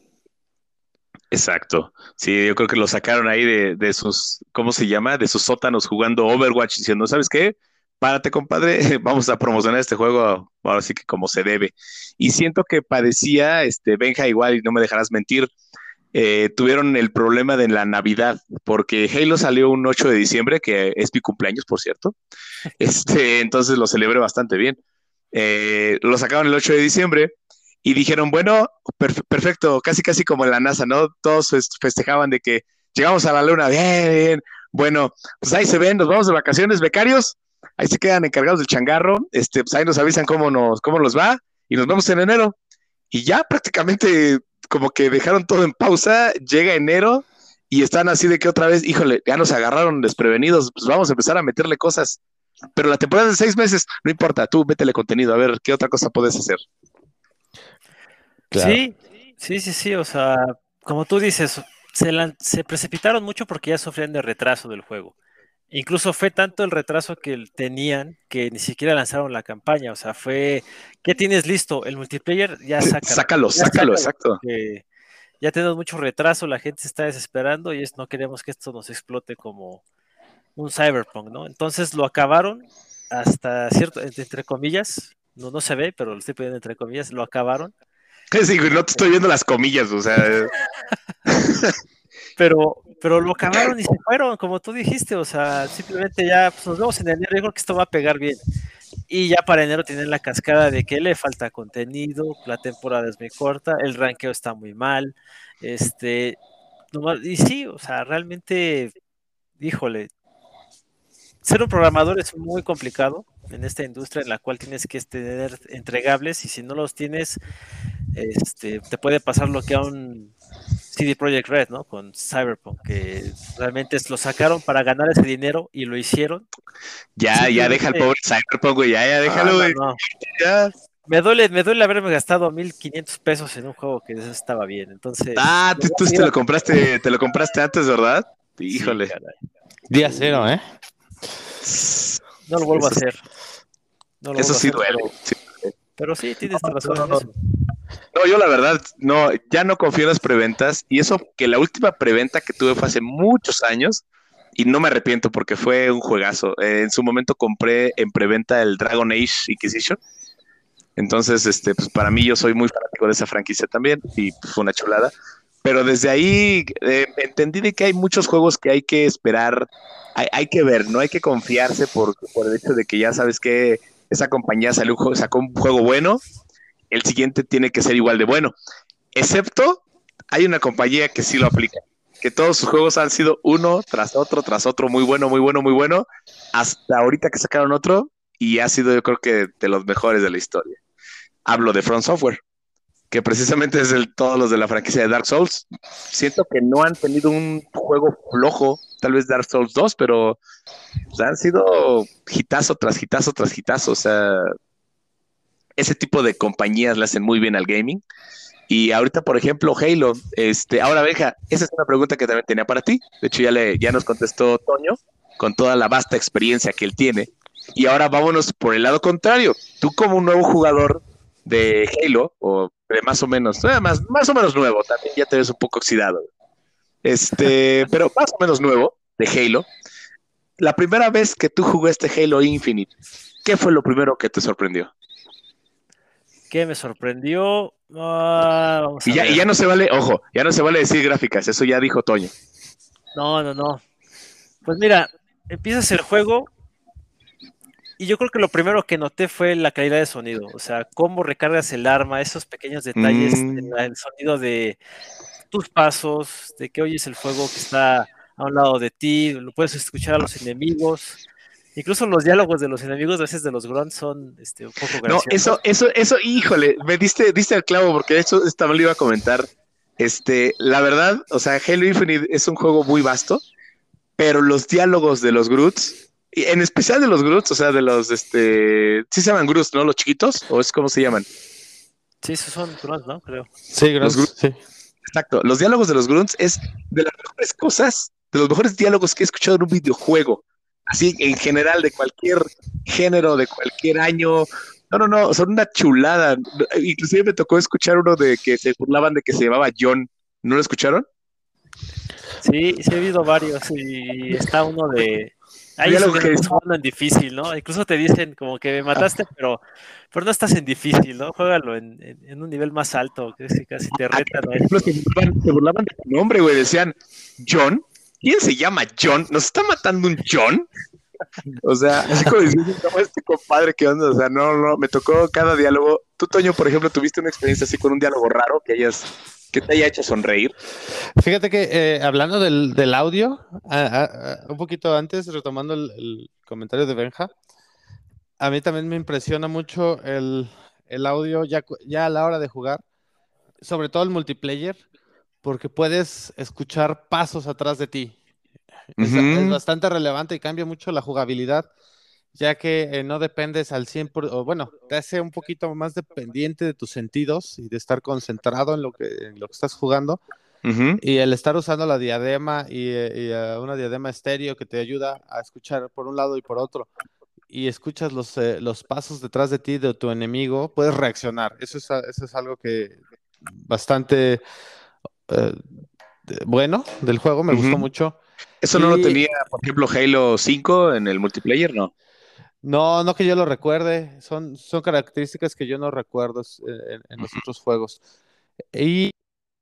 S1: Exacto. Sí, yo creo que lo sacaron ahí de, de sus, ¿cómo se llama? De sus sótanos jugando Overwatch, diciendo, ¿sabes qué? Párate, compadre, vamos a promocionar este juego ahora sí que como se debe. Y siento que padecía, este, Benja igual, y no me dejarás mentir, eh, tuvieron el problema de la Navidad, porque Halo salió un ocho de diciembre, que es mi cumpleaños, por cierto. Este, entonces lo celebré bastante bien. Eh, lo sacaron el ocho de diciembre y dijeron, bueno, perf- perfecto, casi casi como en la NASA, ¿no? Todos fest- festejaban de que llegamos a la luna, bien, bien. Bueno, pues ahí se ven, nos vamos de vacaciones, becarios, ahí se quedan encargados del changarro, este, pues ahí nos avisan cómo nos, cómo nos va y nos vemos en enero. Y ya prácticamente como que dejaron todo en pausa, llega enero y están así de que otra vez, híjole, ya nos agarraron desprevenidos, pues vamos a empezar a meterle cosas. Pero la temporada es de seis meses, no importa, tú métele contenido, a ver qué otra cosa puedes hacer.
S3: Claro.
S2: Sí, sí, sí, sí, o sea, como tú dices, se, lan- se precipitaron mucho porque ya sufrían de retraso del juego. Incluso fue tanto el retraso que el- tenían que ni siquiera lanzaron la campaña, o sea, fue, ¿qué tienes listo? El multiplayer, ya sácalo,
S1: Sácalo,
S2: ya
S1: sácalo,
S2: sácalo,
S1: exacto.
S2: porque ya tenemos mucho retraso, la gente se está desesperando y es, no queremos que esto nos explote como un Cyberpunk, ¿no? Entonces lo acabaron hasta cierto, entre entre comillas, no, no se ve, pero lo estoy poniendo entre comillas, lo acabaron.
S1: Sí, güey, no te estoy viendo las comillas, o sea,
S2: Pero, pero lo acabaron y se fueron, como tú dijiste, o sea, simplemente ya pues, nos vemos en enero, yo creo que esto va a pegar bien. Y ya para enero tienen la cascada de que le falta contenido, la temporada es muy corta, el ranqueo está muy mal, este, nomás- y sí, o sea, realmente, híjole, ser un programador es muy complicado en esta industria en la cual tienes que tener entregables y si no los tienes, este, te puede pasar lo que a un C D Projekt Red, ¿no? Con Cyberpunk, que realmente es- lo sacaron para ganar ese dinero y lo hicieron.
S1: ya, ya deja al
S2: Simplemente,
S1: pobre Cyberpunk, güey, ya, ya
S2: no,
S1: déjalo,
S2: no,
S1: güey,
S2: no.
S1: ya.
S2: Me duele, me duele haberme gastado mil quinientos pesos en un juego que eso estaba bien. Entonces,
S1: Ah,
S2: lo
S1: tú,
S2: voy a
S1: tú
S2: seguir
S1: te lo
S2: apoyando.
S1: compraste, te lo compraste antes, ¿verdad?
S2: Sí,
S1: Híjole.
S2: caray.
S3: Día cero, ¿eh?
S2: No lo vuelvo a
S1: Eso,
S2: hacer. No lo
S1: eso
S2: vuelvo a
S1: sí
S2: hacer,
S1: duele.
S2: pero,
S1: Sí.
S2: pero sí, tienes
S1: No,
S2: razón
S1: no,
S2: en
S1: no.
S2: eso.
S1: No, yo la verdad, no, ya no confío en las preventas y eso que la última preventa que tuve fue hace muchos años y no me arrepiento porque fue un juegazo. Eh, en su momento compré en preventa el Dragon Age Inquisition. Entonces, este, pues para mí yo soy muy fanático de esa franquicia también y pues, fue una chulada. Pero desde ahí eh, entendí de que hay muchos juegos que hay que esperar, hay, hay que ver, no hay que confiarse por, por el hecho de que ya sabes que esa compañía salió, un juego- sacó un juego bueno, el siguiente tiene que ser igual de bueno. Excepto, hay una compañía que sí lo aplica, que todos sus juegos han sido uno tras otro, tras otro, muy bueno, muy bueno, muy bueno, hasta ahorita que sacaron otro y ha sido yo creo que de los mejores de la historia. Hablo de From Software, que precisamente es el, todos los de la franquicia de Dark Souls. Siento que no han tenido un juego flojo, tal vez Dark Souls dos, pero pues, han sido hitazo tras hitazo tras hitazo. O sea, ese tipo de compañías le hacen muy bien al gaming. Y ahorita, por ejemplo, Halo, este, ahora Benja, esa es una pregunta que también tenía para ti. De hecho, ya, le, ya nos contestó Toño con toda la vasta experiencia que él tiene. Y ahora vámonos por el lado contrario. Tú como un nuevo jugador de Halo, o de más o menos, eh, más, más o menos nuevo, también ya te ves un poco oxidado. Este, pero más o menos nuevo de Halo. La primera vez que tú jugaste Halo Infinite, ¿qué fue lo primero que te sorprendió?
S2: ¿Qué me sorprendió? Ah, vamos
S1: Y
S2: a
S1: ya, y
S2: ver.
S1: ya no se vale, ojo, ya no se vale decir gráficas, eso ya dijo Toño.
S2: No, no, no. Pues mira, empiezas el juego y yo creo que lo primero que noté fue la calidad de sonido, o sea, cómo recargas el arma, esos pequeños detalles, el,
S1: Mm,
S2: el sonido de tus pasos, de que oyes el fuego que está a un lado de ti, lo puedes escuchar a los enemigos. Incluso los diálogos de los enemigos, a veces de los grunts, son este, un poco
S1: no,
S2: graciosos.
S1: eso, eso, eso, híjole, me diste, diste el clavo porque de hecho esta lo iba a comentar. Este, la verdad, o sea, Halo Infinite es un juego muy vasto, pero los diálogos de los Groots, y en especial de los Groots, o sea, de los, este, sí se llaman Groots, ¿no? Los chiquitos, o es como se llaman.
S2: Sí, esos son grunts, ¿no? Creo.
S3: Sí,
S1: Los
S3: Grunts,
S1: Grunts,
S3: sí.
S1: exacto. Los diálogos de los Grunts es de las mejores cosas, de los mejores diálogos que he escuchado en un videojuego. Así, en general, de cualquier género, de cualquier año. No, no, no, son una chulada. Inclusive me tocó escuchar uno de que se burlaban de que se llamaba John. ¿No lo escucharon?
S2: Sí, sí he habido varios y está uno de... Ahí
S1: Diálogo
S2: subiendo,
S1: que
S2: estás jugando en difícil, ¿no? Incluso te dicen como que me mataste, pero, pero no estás en difícil, ¿no? Juégalo en, en, en un nivel más alto, que casi, casi te
S1: a que,
S2: retan
S1: por
S2: a eso.
S1: ejemplo, se burlaban, se burlaban de tu nombre, güey. Decían, John. ¿Quién se llama John? ¿Nos está matando un John? O sea, así como diciendo, no, este compadre, ¿qué onda? O sea, no, no, me tocó cada diálogo. Tú, Toño, por ejemplo, tuviste una experiencia así con un diálogo raro que hayas, que te haya hecho sonreír.
S3: Fíjate que eh, hablando del, del audio, a- a- a- un poquito antes, retomando el, el comentario de Benja, a mí también me impresiona mucho el, el audio ya, cu- ya a la hora de jugar, sobre todo el multiplayer, porque puedes escuchar pasos atrás de ti. Es, es
S1: Ujú,
S3: bastante relevante y cambia mucho la jugabilidad, ya que eh, no dependes al cien por ciento, o bueno, te hace un poquito más dependiente de tus sentidos y de estar concentrado en lo que, en lo que estás jugando.
S1: ujú.
S3: Y el estar usando la diadema y, eh, y, eh, una diadema estéreo que te ayuda a escuchar por un lado y por otro, y escuchas los, eh, los pasos detrás de ti de tu enemigo, puedes reaccionar. Eso es, a- eso es algo que bastante eh, de- bueno del juego, me gustó
S1: Ujú.
S3: mucho.
S1: Eso no lo
S3: Y
S1: tenía, por ejemplo, Halo cinco en el multiplayer, ¿no?
S3: no, no que yo lo recuerde, son, son características que yo no recuerdo eh, en, en los otros juegos. Y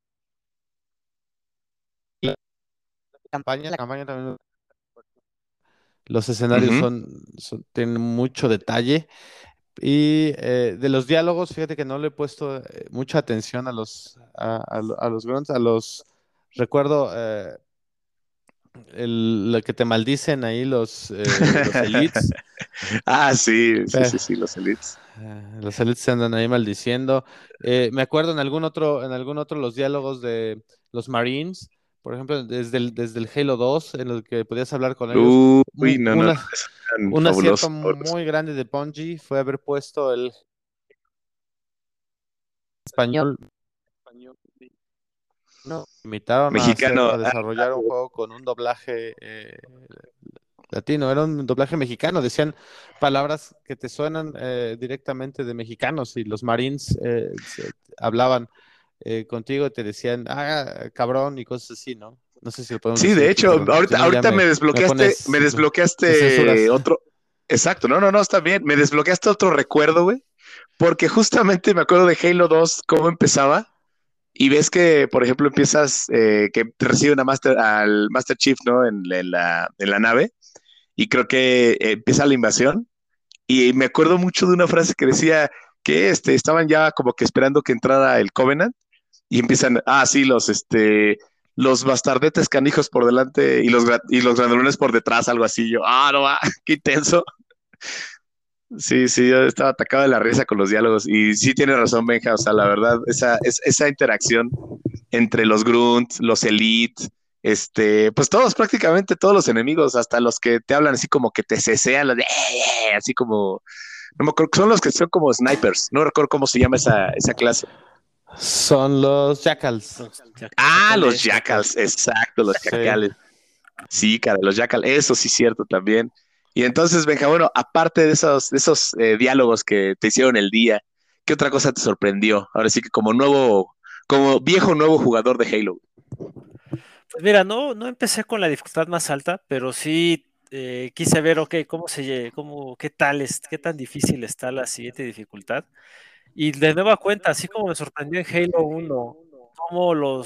S3: la campaña, la campaña también, los escenarios
S1: Ujú.
S3: son, son- tienen mucho detalle. Y eh, de los diálogos, fíjate que no le he puesto eh, mucha atención a los, a, a lo- a los grunts, a los, recuerdo eh, el, lo que te maldicen ahí los, eh, los elites,
S1: Ah, sí, sí,
S3: eh,
S1: sí, sí, los elites.
S3: eh, los elites se andan ahí maldiciendo. Eh, me acuerdo en algún otro, en algún otro los diálogos de los Marines, por ejemplo, desde el, desde el Halo dos, en el que podías hablar con ellos.
S1: Uy,
S3: Un,
S1: no, no, no,
S3: una,
S1: esos eran
S3: un acierto
S1: fabulosos, fabulosos.
S3: muy grande de Bungie fue haber puesto el español.
S4: No,
S3: Invitaron a hacer,
S1: Mexicano.
S3: a desarrollar un juego con un doblaje eh, latino, era un doblaje mexicano, decían palabras que te suenan eh, directamente de mexicanos y los Marines eh, se- hablaban eh, contigo y te decían, ah, cabrón y cosas así, ¿no? No sé si lo podemos
S1: Sí,
S3: decir
S1: de
S3: aquí,
S1: hecho,
S3: pero si
S1: ahorita,
S3: no ya
S1: ahorita me
S3: me, me
S1: desbloqueaste, me
S3: pones, me, me
S1: desbloqueaste
S3: censuras.
S1: otro. Exacto, no, no, no, está bien. Me desbloqueaste otro recuerdo, güey. Porque justamente me acuerdo de Halo dos, cómo empezaba. Y ves que, por ejemplo, empiezas, eh, que te recibe una master, al Master Chief, ¿no? En, en la, en la nave. Y creo que eh, empieza la invasión. Y me acuerdo mucho de una frase que decía que este, estaban ya como que esperando que entrara el Covenant y empiezan, ah, sí, los, este, los bastardetes canijos por delante y los, gra- y los granulones por detrás, algo así. Yo, ah, no va, qué intenso. Sí, sí, yo estaba atacado de la risa con los diálogos y sí tiene razón, Benja, o sea, la verdad, esa, es, esa interacción entre los Grunts, los Elite, este, pues todos, prácticamente todos los enemigos, hasta los que te hablan así como que te cesean, los de, "Eh, eh", así como, no me acuerdo, son los que son como snipers, no recuerdo cómo se llama esa, esa clase.
S3: Son los Jackals.
S2: Los chac-
S1: Ah, los
S2: chacales.
S1: Jackals, exacto, los
S3: Sí.
S1: Chacales. Sí, cara, los Jackals, eso sí es cierto también. Y entonces, Benja, bueno, aparte de esos, de esos eh, diálogos que te hicieron el día, ¿qué otra cosa te sorprendió? Ahora sí que como nuevo, como viejo nuevo jugador de Halo.
S2: Pues mira, no, no empecé con la dificultad más alta, pero sí eh, quise ver, ok, cómo se, lle- cómo, qué tal es, qué tan difícil está la siguiente dificultad. Y de nueva cuenta, así como me sorprendió en Halo uno, cómo los,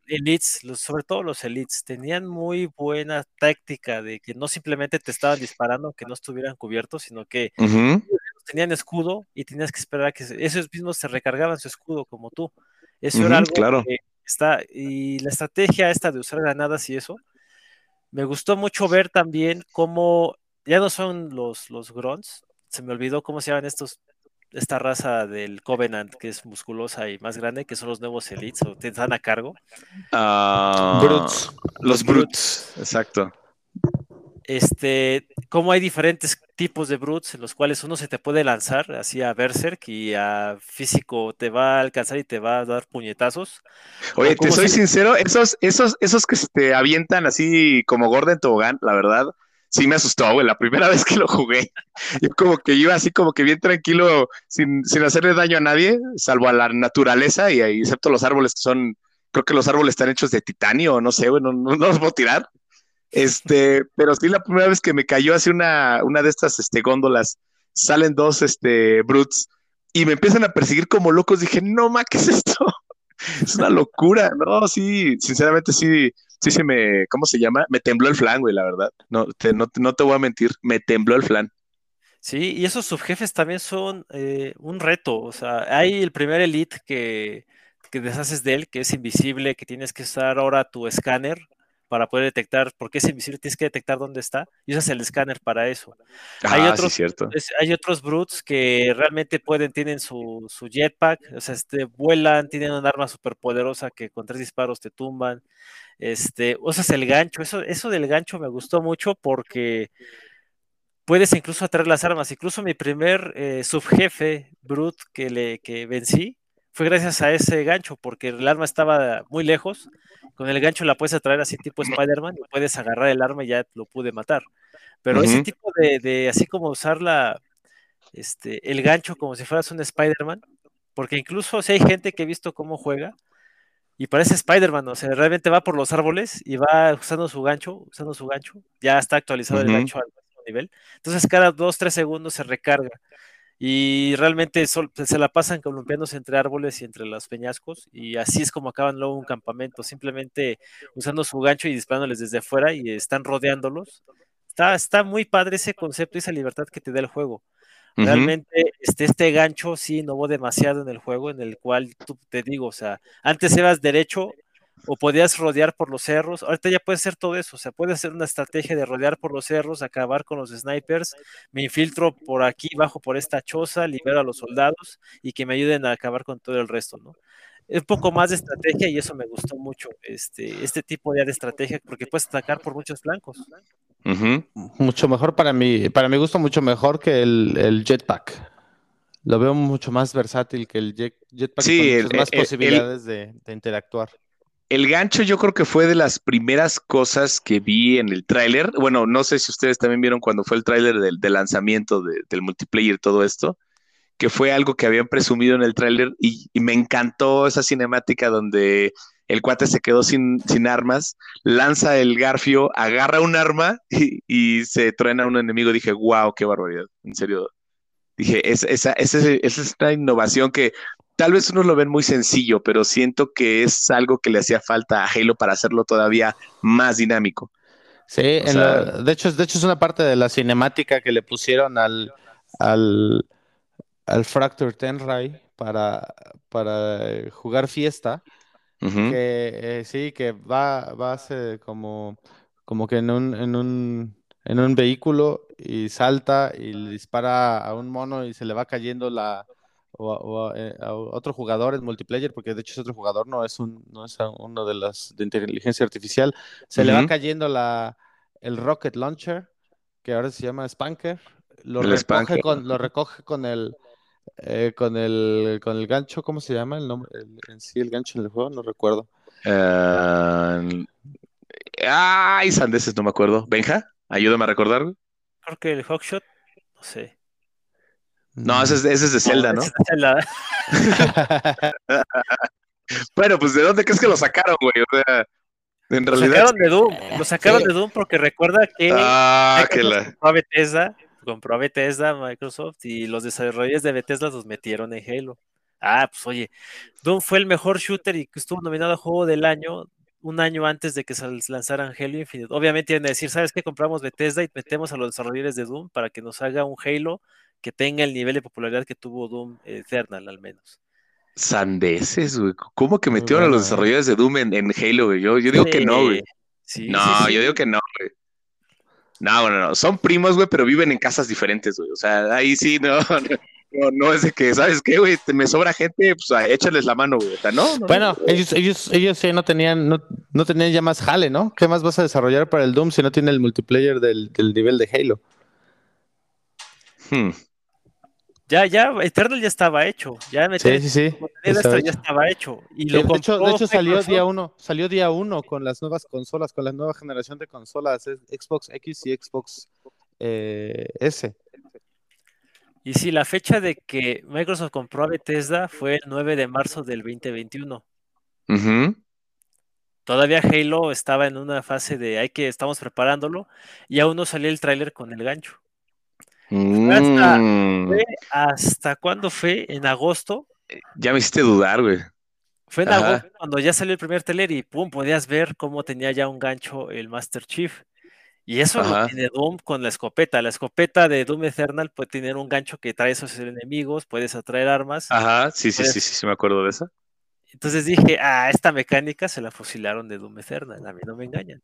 S2: elites, los, sobre todo los elites, tenían muy buena táctica de que no simplemente te estaban disparando, que no estuvieran cubiertos, sino que
S1: Ujú.
S2: tenían escudo y tenías que esperar a que se- esos mismos se recargaban su escudo como tú. Eso era
S1: Ujú,
S2: algo
S1: claro.
S2: que está, y la estrategia esta de usar granadas y eso, me gustó mucho ver también cómo ya no son los, los grunts, se me olvidó cómo se llaman estos, esta raza del Covenant que es musculosa y más grande, que son los nuevos elites o te están a cargo.
S1: Ah,
S3: Brutes.
S1: los
S2: Los brutes.
S1: brutes, exacto.
S2: Este, cómo hay diferentes tipos de brutes en los cuales uno se te puede lanzar así a Berserk y a físico te va a alcanzar y te va a dar puñetazos. O
S1: Oye, te
S2: cómo
S1: soy
S2: se...
S1: sincero, esos, esos, esos que se te avientan así como Gordon Tobogán, la verdad, sí me asustó, güey, la primera vez que lo jugué. Yo como que iba así como que bien tranquilo, sin, sin hacerle daño a nadie, salvo a la naturaleza y, y excepto los árboles que son, creo que los árboles están hechos de titanio, no sé, güey, no, no, no los puedo tirar. Este, pero sí la primera vez que me cayó así una, una de estas este, góndolas, salen dos este, brutes y me empiezan a perseguir como locos. Dije, no, ma, ¿qué es esto? Es una locura, ¿no? Sí, sinceramente sí, sí se me, ¿cómo se llama? Me tembló el flan, güey, la verdad. No te, no, te- no te voy a mentir, me tembló el flan.
S2: Sí, y esos subjefes también son eh, un reto. O sea, hay el primer elite que, que deshaces de él, que es invisible, que tienes que usar ahora tu escáner para poder detectar, porque es invisible, tienes que detectar dónde está, y usas el escáner para eso. Hay
S1: Ah, sí,
S2: otros,
S1: cierto.
S2: es- hay otros brutes que realmente pueden, tienen su, su jetpack, o sea, este, vuelan, tienen un arma súper poderosa que con tres disparos te tumban. Este, usas el gancho, eso, eso del gancho me gustó mucho porque puedes incluso atraer las armas. Incluso mi primer eh, subjefe, Brute, que, le, que vencí, fue gracias a ese gancho, porque el arma estaba muy lejos. Con el gancho la puedes atraer así tipo Spider-Man y puedes agarrar el arma y ya lo pude matar. Pero ese
S1: Ujú.
S2: tipo de, de así como usar la, este, el gancho como si fueras un Spider-Man, porque incluso si hay gente que he visto cómo juega, y parece Spider-Man, o sea, realmente va por los árboles y va usando su gancho, usando su gancho. Ya está actualizado el
S1: Ujú.
S2: gancho al máximo nivel. Entonces, cada dos, tres segundos se recarga. Y realmente sol- se la pasan columpiándose entre árboles y entre los peñascos. Y así es como acaban luego un campamento, simplemente usando su gancho y disparándoles desde afuera y están rodeándolos. Está, está muy padre ese concepto y esa libertad que te da el juego.
S1: Ujú.
S2: Realmente este, este gancho sí innovó demasiado en el juego, en el cual tú te digo, o sea, antes ibas derecho o podías rodear por los cerros, ahorita ya puedes hacer todo eso, o sea, puedes hacer una estrategia de rodear por los cerros, acabar con los snipers, me infiltro por aquí, bajo por esta choza, libero a los soldados y que me ayuden a acabar con todo el resto, ¿no? Un poco más de estrategia y eso me gustó mucho, este, este tipo de, de estrategia, porque puedes atacar por muchos flancos.
S1: Ujú.
S3: Mucho mejor para mí, para mi gusto, mucho mejor que el, el jetpack. Lo veo mucho más versátil que el jet- jetpack con
S1: Sí, el,
S3: muchas más
S1: el, el-
S3: posibilidades de, de interactuar.
S1: el gancho yo creo que fue de las primeras cosas que vi en el tráiler. Bueno, no sé si ustedes también vieron cuando fue el tráiler del, del lanzamiento de- del multiplayer, todo esto, que fue algo que habían presumido en el tráiler y, y me encantó esa cinemática donde el cuate se quedó sin, sin armas, lanza el garfio, agarra un arma y, y se truena a un enemigo. Dije, wow, qué barbaridad. En serio, dije, es, esa, esa, esa es una innovación que tal vez unos lo ven muy sencillo, pero siento que es algo que le hacía falta a Halo para hacerlo todavía más dinámico.
S3: Sí,
S1: O
S3: en
S1: sea,
S3: lo- de hecho, de hecho es una parte de la cinemática que le pusieron al, al, al Fracture Tenrai para, para eh, jugar fiesta,
S1: ujú,
S3: que eh, sí, que va, va a ser como, como que en un, en un, en un vehículo y salta y le dispara a un mono y se le va cayendo la o, a, o a- eh, a otro jugador en multiplayer, porque de hecho es otro jugador, no es un, no es a uno de las de inteligencia artificial, se le va
S1: ujú,
S3: cayendo la el rocket launcher, que ahora se llama Spanker, lo
S1: el
S3: recoge
S1: Spanker.
S3: con, lo recoge con el eh, con el, con el gancho, ¿cómo se llama el nombre? el- en sí, el gancho en el juego, no recuerdo.
S1: Uh, ay, sandeces, no me acuerdo. Benja, ayúdame a recordar.
S2: Creo que el Hawkshot, no sé.
S1: No, ese
S3: Mm.
S1: es, ese es de
S2: No,
S1: Zelda, ¿no?
S2: esa es la-
S1: Bueno, pues ¿de dónde crees que lo sacaron, güey? O sea, en
S2: Lo
S1: realidad,
S2: sacaron de Doom, lo sacaron
S3: Sí,
S2: de Doom porque recuerda que
S1: ah, que
S2: Microsoft
S1: la.
S2: compró a Bethesda, compró a Bethesda, Microsoft, y los desarrolladores de Bethesda los metieron en Halo. Ah, pues oye, Doom fue el mejor shooter y que estuvo nominado a Juego del Año un año antes de que se lanzaran Halo Infinite. Obviamente iban a decir, ¿sabes qué? Compramos Bethesda y metemos a los desarrolladores de Doom para que nos haga un Halo que tenga el nivel de popularidad que tuvo Doom Eternal, al menos.
S1: Sandeces, güey. ¿Cómo que
S3: Muy
S1: metieron a los
S3: bueno, ¿eh?
S1: desarrolladores de Doom en, en Halo, güey? Yo, yo digo que no, güey.
S2: Sí,
S1: No,
S2: sí, sí.
S1: yo digo que no, güey. No, bueno, no. Son primos, güey, pero viven en casas diferentes, güey. O sea, ahí sí, no, no, no, no es de que, ¿sabes qué, güey? Te- Me sobra gente, pues ah, échales la mano, güey. O sea, no, no, no.
S3: Bueno, ellos, ellos, ellos sí no tenían, no, no tenían ya más jale, ¿no? ¿Qué más vas a desarrollar para el Doom si no tiene el multiplayer del, del nivel de Halo?
S1: Hmm.
S2: Ya, ya, Eternal ya estaba hecho. Ya meter
S3: Sí, sí, sí.
S2: contenido
S3: estaba
S2: extra ya
S3: hecho.
S2: estaba hecho. Y
S3: Eh,
S2: lo
S3: de hecho, de
S2: compró
S3: hecho salió
S2: Microsoft.
S3: día uno, salió día uno con las nuevas consolas, con la nueva generación de consolas, es Xbox X y Xbox eh, S.
S2: Y sí, la fecha de que Microsoft compró a Bethesda fue el nueve de marzo del veinte veintiuno.
S1: Ujú.
S2: Todavía Halo estaba en una fase de hay que estamos preparándolo y aún no salió el tráiler con el gancho. Fue hasta,
S1: Mm.
S2: fue hasta ¿cuándo fue? En agosto.
S1: Ya me hiciste dudar, güey.
S2: Fue en
S1: Ajá.
S2: agosto cuando ya salió el primer tráiler y pum, podías ver cómo tenía ya un gancho el Master Chief. Y eso lo
S1: Ajá.
S2: tiene Doom con la escopeta. La escopeta de Doom Eternal puede tener un gancho que trae esos enemigos, puedes atraer armas.
S1: Ajá. Sí, sí, sí,
S2: puedes-
S1: sí, sí, me acuerdo de eso.
S2: Entonces dije, ah, esta mecánica se la fusilaron de Doom Eternal, a mí no me engañan.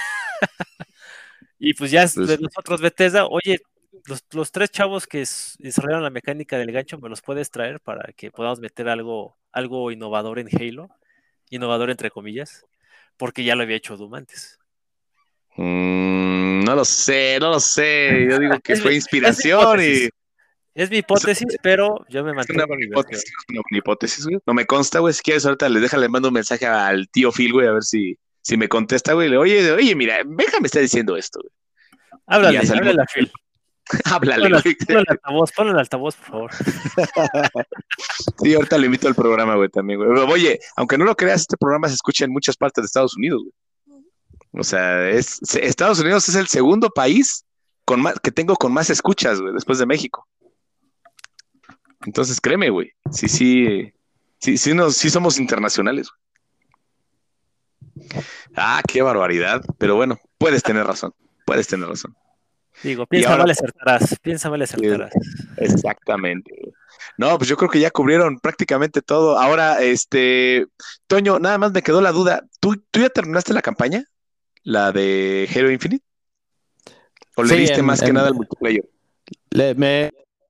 S2: Y pues ya
S1: Pues,
S2: de nosotros, Bethesda, oye, los, los tres chavos que s- desarrollaron la mecánica del gancho, ¿me los puedes traer para que podamos meter algo, algo innovador en Halo? Innovador entre comillas, porque ya lo había hecho Doom antes.
S1: mm, no lo sé, no lo sé. Yo digo que
S2: Es mi,
S1: fue
S2: es mi
S1: inspiración y
S2: hipótesis, es mi hipótesis, pero yo me
S1: es una
S2: mantengo a mi versión.
S1: hipótesis, es una buena hipótesis, güey. No me consta, güey. Si quieres, ahorita le deja, le mando un mensaje al tío Phil, güey, a ver si, si me contesta, güey. Le oye, oye, mira, déjame estar diciendo esto, güey. Y ya
S2: Háblale,
S1: salimos.
S2: háblale a Phil.
S1: Háblale,
S2: Ponle,
S1: güey.
S2: ponle el altavoz, ponle el altavoz, por favor.
S1: Sí, ahorita le invito al programa, güey, también, güey. Oye, aunque no lo creas, este programa se escucha en muchas partes de Estados Unidos, güey. O sea, es, se- Estados Unidos es el segundo país con más, que tengo con más escuchas, güey, después de México. Entonces, créeme, güey. Sí, sí, sí, sí, nos, sí somos internacionales, güey. Ah, qué barbaridad. Pero bueno, puedes tener razón. Puedes tener razón.
S2: Digo,
S1: Y
S2: piensa
S1: ahora,
S2: mal, acertarás. Piensa mal, acertarás.
S1: exactamente, güey. No, pues yo creo que ya cubrieron prácticamente todo. Ahora, este, Toño, nada más me quedó la duda. ¿Tú, tú ya terminaste la campaña? ¿La de Halo Infinite? ¿O le
S3: Sí,
S1: diste
S3: en,
S1: más que
S3: en-
S1: nada al multiplayer?
S3: le- me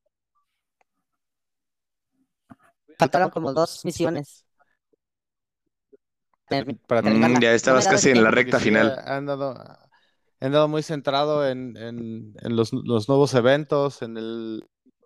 S4: Faltaron como dos misiones. Ter-
S3: para
S1: Mm,
S3: terminar.
S1: ya
S4: No me he
S1: estabas
S4: dado
S1: casi
S4: ese
S1: en la
S4: tiempo.
S3: Porque
S1: recta
S3: sí,
S1: final.
S3: he andado, he andado muy centrado en, en- en los, los nuevos eventos, en el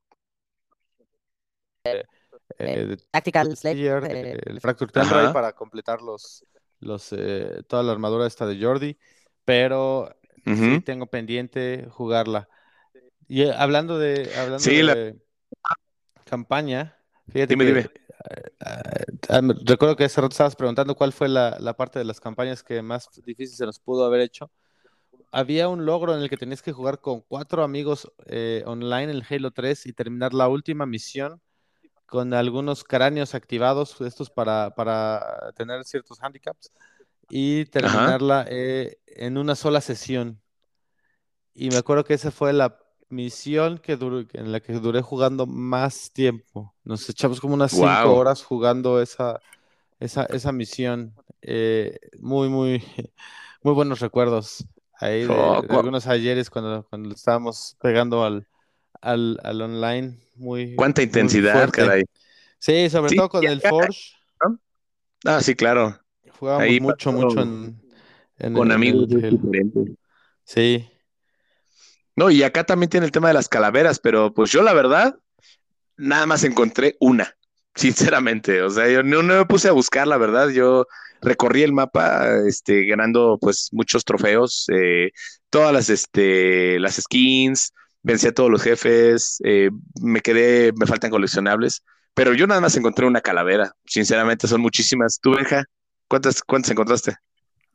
S3: eh, de
S4: Tactical Slave.
S3: Tier,
S4: eh,
S3: el Fracture Tundra ahí
S1: Ajá.
S3: para completar los, los eh, toda la armadura esta de Jordi, pero sí
S1: Ujú.
S3: tengo pendiente jugarla. Y eh, hablando de, hablando
S1: Sí, la-
S3: de campaña, fíjate
S1: dime,
S3: que
S1: dime.
S3: eh, ah, me- recuerdo que hace rato estabas preguntando cuál fue la, la parte de las campañas que más difícil se nos pudo haber hecho. Había un logro en el que tenías que jugar con cuatro amigos eh, online en el Halo tres y terminar la última misión con algunos cráneos activados, estos para, para tener ciertos handicaps, y
S1: Ajá.
S3: terminarla eh, en una sola sesión. Y me acuerdo que esa fue la misión que duró- en la que duré jugando más tiempo. Nos echamos como unas cinco
S1: Wow.
S3: horas jugando esa, esa, esa misión. Eh, muy, muy, muy buenos recuerdos ahí de, de algunos ayeres cuando, cuando le estábamos pegando al, al, al online. Muy,
S1: Cuánta
S3: muy
S1: intensidad,
S3: fuerte.
S1: caray.
S3: Sí, sobre
S1: Sí,
S3: todo con
S1: ya,
S3: el
S1: ya,
S3: Forge.
S1: ¿no? Ah, sí, claro.
S3: Jugábamos
S1: Ahí
S3: mucho, mucho
S1: pasó
S3: en, en,
S1: con
S3: en
S1: amigos
S3: el
S1: es
S3: Halo.
S1: diferente.
S3: Sí.
S1: No, y acá también tiene el tema de las calaveras, pero pues yo la verdad, nada más encontré una, sinceramente. O sea, yo no, no me puse a buscar, la verdad. Yo recorrí el mapa, este, ganando pues muchos trofeos, eh, todas las, este, las skins, vencí a todos los jefes, eh, me quedé, me faltan coleccionables, pero yo nada más encontré una calavera. Sinceramente, son muchísimas. ¿Tú, Benja? ¿Cuántas, cuántas encontraste?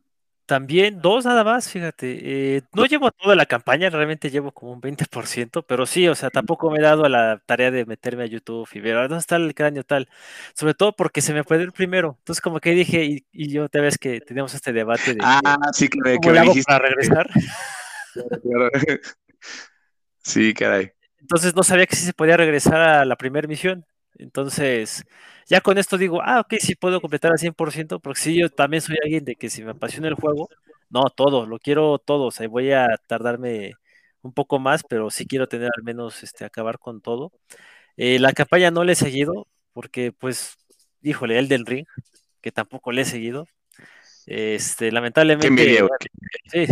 S2: También, dos nada más, fíjate. Eh, no llevo toda la campaña, realmente llevo como un veinte por ciento, pero sí, o sea, tampoco me he dado a la tarea de meterme a YouTube y ver, "Ah, ¿dónde está el cráneo tal?". Sobre todo porque se me fue el primero. Entonces, como que dije, y, y yo, te ves que teníamos este debate de
S1: Ah,
S2: que,
S1: sí, que me, que
S2: ¿cómo
S1: me
S2: le hago
S1: dijiste.
S2: para regresar?
S1: Claro. Sí, caray.
S2: Entonces, no sabía que sí se podía regresar a la primera misión. Entonces, ya con esto digo, ah, ok, sí puedo completar al cien por ciento, porque sí, yo también soy alguien de que si me apasiona el juego, no, todo, lo quiero todo, o sea, voy a tardarme un poco más, pero sí quiero tener al menos, este, acabar con todo. Eh, la campaña no le he seguido, porque, pues, híjole, Elden Ring, que tampoco le he seguido. Este,
S1: Qué
S2: lamentablemente,
S1: envidia, güey.
S2: sí,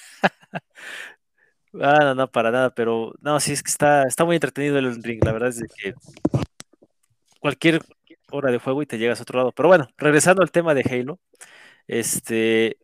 S2: ah, no, no, para nada, pero no, sí es que está, está muy entretenido el Elden Ring, la verdad es de que cualquier hora de juego y te llegas a otro lado. Pero bueno, regresando al tema de Halo, este,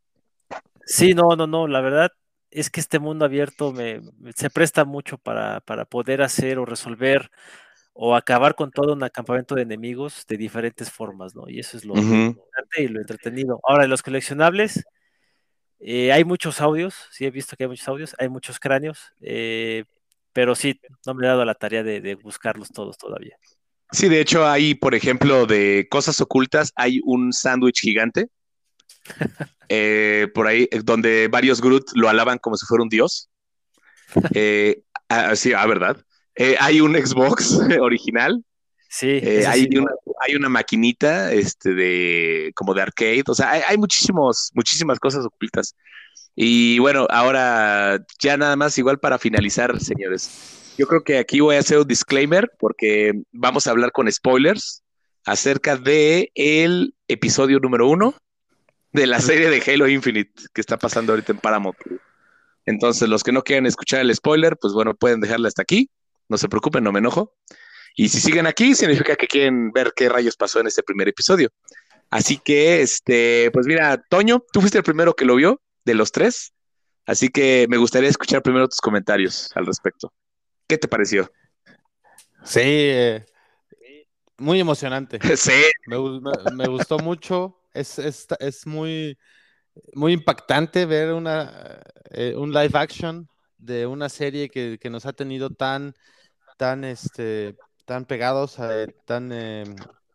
S2: sí, no, no, no, la verdad es que este mundo abierto me, me- se presta mucho para, para poder hacer o resolver o acabar con todo un acampamento de enemigos de diferentes formas, ¿no? Y eso es lo, lo
S1: Ujú.
S2: interesante y lo entretenido. Ahora, en los coleccionables, eh, hay muchos audios, sí he visto que hay muchos audios, hay muchos cráneos, eh, pero sí, no me he dado la tarea de, de buscarlos todos todavía.
S1: Sí, de hecho, hay, por ejemplo, de cosas ocultas, hay un sándwich gigante eh, por ahí, eh, donde varios Groot lo alaban como si fuera un dios. Eh, ah, sí, ah, ¿verdad? Eh, hay un Xbox original,
S2: Sí,
S1: eh,
S2: ese
S1: hay,
S2: sí.
S1: una, hay una maquinita este, de, como de arcade, o sea, hay, hay muchísimos, muchísimas cosas ocultas. Y bueno, ahora ya nada más, igual para finalizar, señores. Yo creo que aquí voy a hacer un disclaimer porque vamos a hablar con spoilers acerca de el episodio número uno de la serie de Halo Infinite que está pasando ahorita en Paramount. Entonces, los que no quieran escuchar el spoiler, pues bueno, pueden dejarle hasta aquí. No se preocupen, no me enojo. Y si siguen aquí, significa que quieren ver qué rayos pasó en este primer episodio. Así que, este, pues mira, Toño, tú fuiste el primero que lo vio de los tres. Así que me gustaría escuchar primero tus comentarios al respecto. ¿Qué te pareció?
S3: Sí, eh, muy emocionante.
S1: Sí.
S3: Me, gu- me- me gustó mucho. Es, es, es muy, muy impactante ver una, eh, un live action de una serie que, que nos ha tenido tan, tan, este, tan pegados, eh, tan eh,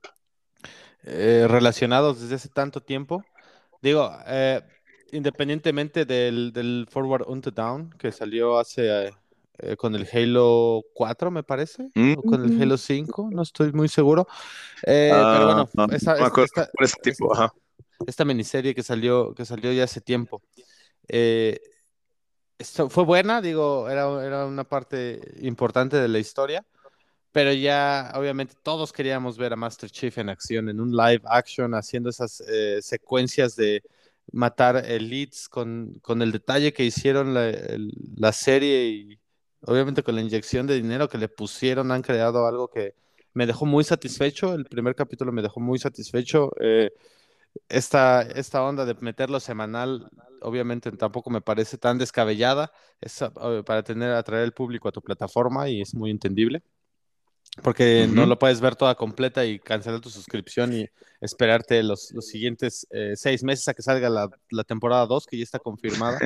S3: eh, relacionados desde hace tanto tiempo. Digo, eh, independientemente del, del Forward Unto Down que salió hace, eh, eh, con el Halo cuatro, me parece, o con el
S1: Mm,
S3: Halo cinco, no estoy muy seguro. Eh, pero
S1: ah,
S3: bueno,
S1: no, no
S3: esta,
S1: me
S3: esta,
S1: acuerdo
S3: esta,
S1: por ese tipo. Ajá.
S3: esta miniserie que salió, que salió ya hace tiempo. Eh, esto fue buena, digo, era, era una parte importante de la historia, pero ya obviamente todos queríamos ver a Master Chief en acción, en un live action, haciendo esas eh, secuencias de matar elites con, con el detalle que hicieron la, el- la serie y obviamente con la inyección de dinero que le pusieron, han creado algo que me dejó muy satisfecho. El primer capítulo me dejó muy satisfecho. Eh, esta, esta onda de meterlo semanal, obviamente tampoco me parece tan descabellada. Es uh, para tener, atraer el público a tu plataforma y es muy entendible. Porque no
S1: Ujú.
S3: lo puedes ver toda completa y cancelar tu suscripción y esperarte los, los siguientes eh, seis meses a que salga la, la temporada dos, que ya está confirmada.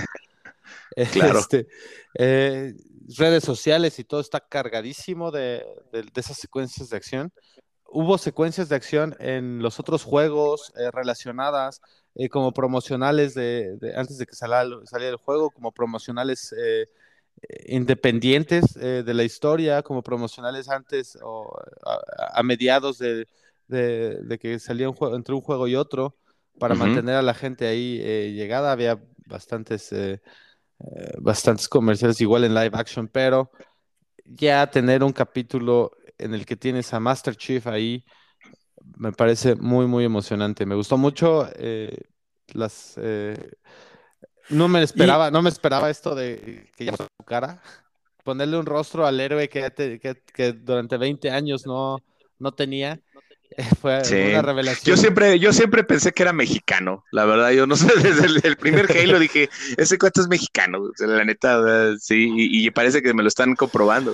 S1: Claro.
S3: Este, eh, redes sociales y todo está cargadísimo de, de, de esas secuencias de acción. Hubo secuencias de acción en los otros juegos eh, relacionadas, eh, como promocionales de, de antes de que saliera, saliera el juego, como promocionales eh, independientes eh, de la historia, como promocionales antes o a, a mediados de, de, de, que salía un juego entre un juego y otro, para
S1: Ujú.
S3: mantener a la gente ahí eh, llegada. Había bastantes, eh, eh, bastantes comerciales igual en live action, pero ya tener un capítulo en el que tienes a Master Chief ahí me parece muy, muy emocionante. Me gustó mucho eh, las... Eh, no me
S2: Y
S3: esperaba, no me esperaba esto de que ya su cara, ponerle un rostro al héroe que, te- que, que durante veinte años no, no tenía, eh, fue
S1: Sí.
S3: una
S1: Yo
S3: revelación.
S1: siempre, yo siempre pensé que era mexicano, la verdad. Yo no sé, desde el, el primer Halo dije, ese cuento es mexicano, o sea, la neta, o sea, sí, y, y parece que me lo están comprobando.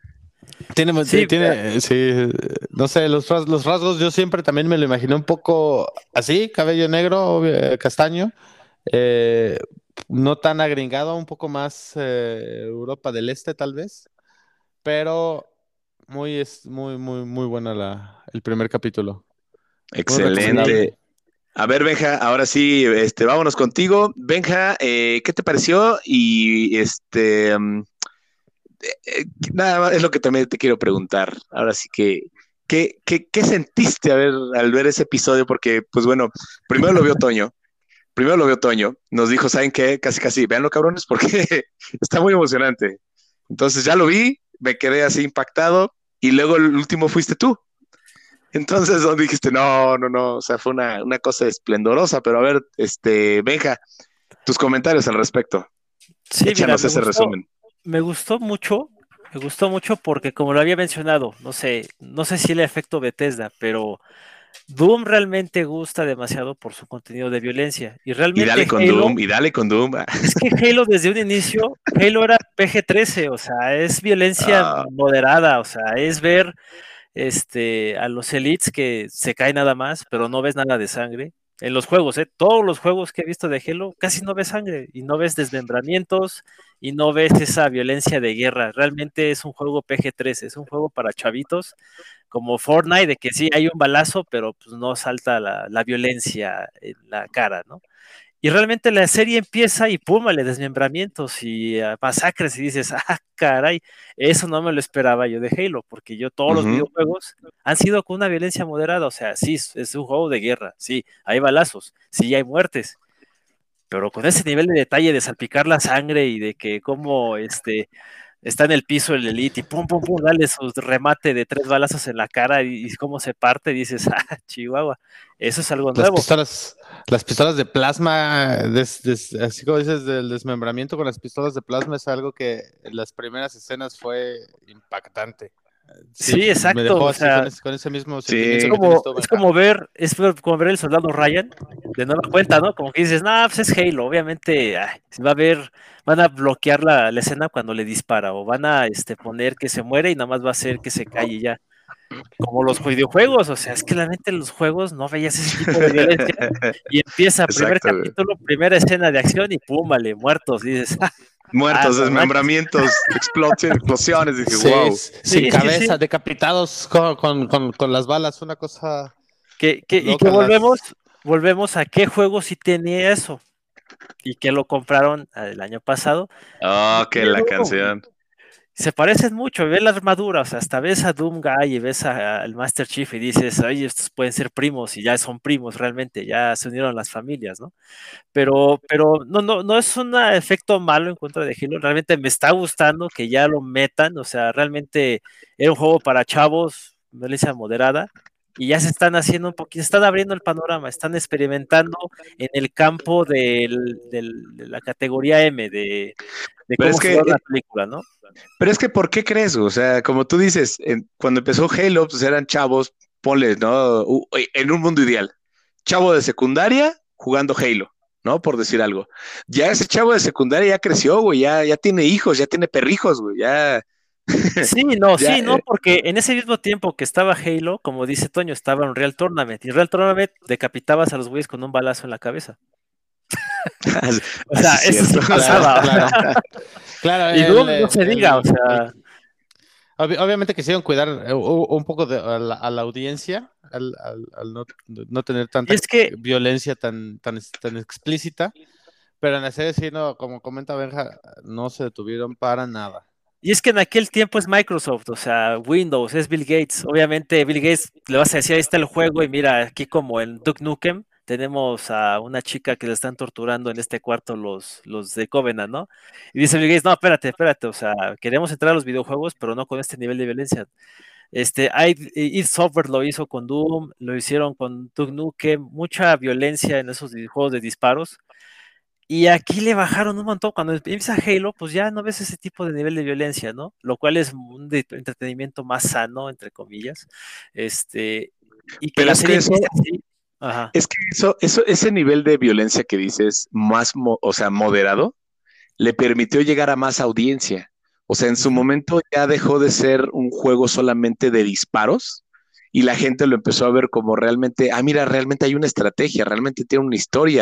S3: Tiene,
S2: sí,
S3: tiene, sí, no sé, los, ras- los rasgos yo siempre también me lo imaginé un poco así, cabello negro, eh, castaño, eh, no tan agringado, un poco más eh, Europa del Este tal vez, pero muy, es, muy, muy, muy buena la, el primer capítulo. Muy recomendable.
S1: Excelente. A ver, Benja, ahora sí, este, vámonos contigo. Benja, eh, ¿qué te pareció? Y este, um, eh, nada más es lo que también te quiero preguntar. Ahora sí que, ¿qué, qué, qué sentiste a ver, al ver ese episodio? Porque, pues bueno, primero lo vio Toño. Primero lo vio Toño. Nos dijo, ¿saben qué? Casi, casi, véanlo, cabrones, porque está muy emocionante. Entonces ya lo vi, me quedé así impactado. Y luego el último fuiste tú. Entonces, ¿dónde dijiste? No, no, no, o sea, fue una, una cosa esplendorosa, pero a ver, este, Benja, tus comentarios al respecto.
S2: Sí, mira,
S1: Échanos
S2: me
S1: ese
S2: gustó,
S1: resumen.
S2: me gustó mucho, me gustó mucho porque como lo había mencionado, no sé, no sé si el efecto Bethesda, pero Doom realmente gusta demasiado por su contenido de violencia. Y
S1: Y
S2: realmente
S1: dale con
S2: Halo,
S1: Doom, y dale con Doom.
S2: es que Halo desde un inicio, Halo era P G trece, o sea, es violencia
S1: Ah,
S2: moderada, o sea, es ver este, a los elites que se cae nada más, pero no ves nada de sangre. En los juegos, ¿eh? Todos los juegos que he visto de Halo, casi no ves sangre y no ves desmembramientos y no ves esa violencia de guerra. Realmente es un juego P G trece, es un juego para chavitos, como Fortnite, de que sí hay un balazo, pero pues no salta la, la violencia en la cara, ¿no? Y realmente la serie empieza y pum, le desmembramientos y uh, masacres y dices, ah, caray, eso no me lo esperaba yo de Halo, porque yo todos los
S1: uh-huh.
S2: videojuegos han sido con una violencia moderada, o sea, sí, es un juego de guerra, sí, hay balazos, sí, hay muertes, pero con ese nivel de detalle de salpicar la sangre y de que como este está en el piso el Elite y pum, pum, pum, dale su remate de tres balazos en la cara y, y cómo se parte, dices, ah, Chihuahua, eso es algo
S3: Las
S2: nuevo.
S3: pistolas, las pistolas de plasma, des, des, así como dices, del desmembramiento con las pistolas de plasma es algo que en las primeras escenas fue impactante. Sí,
S2: Sí,
S3: me
S2: exacto,
S3: dejó
S2: o
S3: así
S2: sea,
S3: con ese, con ese mismo
S1: Sí.
S2: es
S3: sentimiento que
S2: como,
S3: tienes tú,
S2: es
S3: Benja.
S2: como ver, es ver- como ver el soldado Ryan, de nueva cuenta, ¿no? Como que dices, no, pues es Halo, obviamente ay, se va a ver, van a bloquear la, la escena cuando le dispara, o van a este, poner que se muere y nada más va a hacer que se calle y ya. Como los videojuegos, o sea, es que realmente en los juegos no veías ese tipo de violencia, y empieza primer
S1: Exacto, güey.
S2: capítulo, primera escena de acción y pum, vale, muertos, y dices, ah,
S1: Muertos,
S2: no manches.
S1: desmembramientos, explosiones, explosiones. Dije,
S3: Sí,
S1: wow.
S3: s- sin
S2: Sí, sí,
S3: cabeza,
S2: sí.
S3: decapitados con, con, con, con las balas, una cosa
S2: Que, que, y que
S3: loca.
S2: volvemos,
S3: Las...
S2: volvemos a qué juego sí tenía eso. Y que lo compraron ah, el año pasado.
S1: Oh, que
S2: Tiene
S1: la
S2: Doom.
S1: canción.
S2: Se parecen mucho, ves la armadura, o sea, hasta ves a Doom Guy y ves a- al Master Chief y dices, oye, estos pueden ser primos y ya son primos realmente, ya se unieron las familias, ¿no? Pero, pero no, no, no es un efecto malo en contra de Halo, realmente me está gustando que ya lo metan, o sea, realmente era un juego para chavos, violencia moderada, y ya se están haciendo un poquito, están abriendo el panorama, están experimentando en el campo del, del- de la categoría M, de, de
S1: Pero
S2: cómo
S1: es
S2: se
S1: que,
S2: ve una
S1: eh,
S2: película, ¿no?
S1: pero es que, ¿por qué crees? O sea, como tú dices, en- cuando empezó Halo, pues eran chavos, ponle, ¿no? U- en un mundo ideal. Chavo de secundaria jugando Halo, ¿no? Por decir algo. Ya ese chavo de secundaria ya creció, güey, ya, ya tiene hijos, ya tiene perrijos, güey, ya,
S2: Sí, no,
S1: ya,
S2: sí, no,
S1: eh,
S2: porque en ese mismo tiempo que estaba Halo, como dice Toño, estaba en Real Tournament, y en Real Tournament decapitabas a los güeyes con un balazo en la cabeza. O
S1: así
S2: sea,
S1: es
S2: eso sí
S1: cierto.
S3: Claro,
S2: pasaba.
S3: claro. Claro,
S2: Y
S3: el,
S2: Doom no se diga, o
S3: el, el,
S2: sea,
S3: Obvi- obviamente quisieron cuidar eh, u- un poco de, a la, a la audiencia al, al- al no, no tener
S2: y
S3: tanta
S2: es que,
S3: violencia tan, tan, ex- tan explícita, pero en la serie sí, no, como comenta Benja, no se detuvieron para nada.
S2: y es que en aquel tiempo es Microsoft, o sea, Windows, es Bill Gates. Obviamente, Bill Gates le vas a decir, ahí está el juego, y mira, aquí como en Duke Nukem, tenemos a una chica que le están torturando en este cuarto los, los de Covenant, ¿no? Y dice Bill Gates, no, espérate, espérate, o sea, queremos entrar a los videojuegos, pero no con este nivel de violencia. Este, id id Software lo hizo con Doom, lo hicieron con Duke Nukem, mucha violencia en esos juegos de disparos. Y aquí le bajaron un montón. Cuando empieza Halo, pues ya no ves ese tipo de nivel de violencia, ¿no? Lo cual es un de- entretenimiento más sano, entre comillas. Este, y que
S1: Pero
S2: la
S1: es que
S2: serie empiece
S1: eso,
S2: así. Ajá.
S1: es que eso, eso, ese nivel de violencia que dices, más, mo- o sea, moderado, le permitió llegar a más audiencia. O sea, en su
S2: Ujú.
S1: momento ya dejó de ser un juego solamente de disparos y la gente lo empezó a ver como realmente, ah, mira, realmente hay una estrategia, realmente tiene una historia.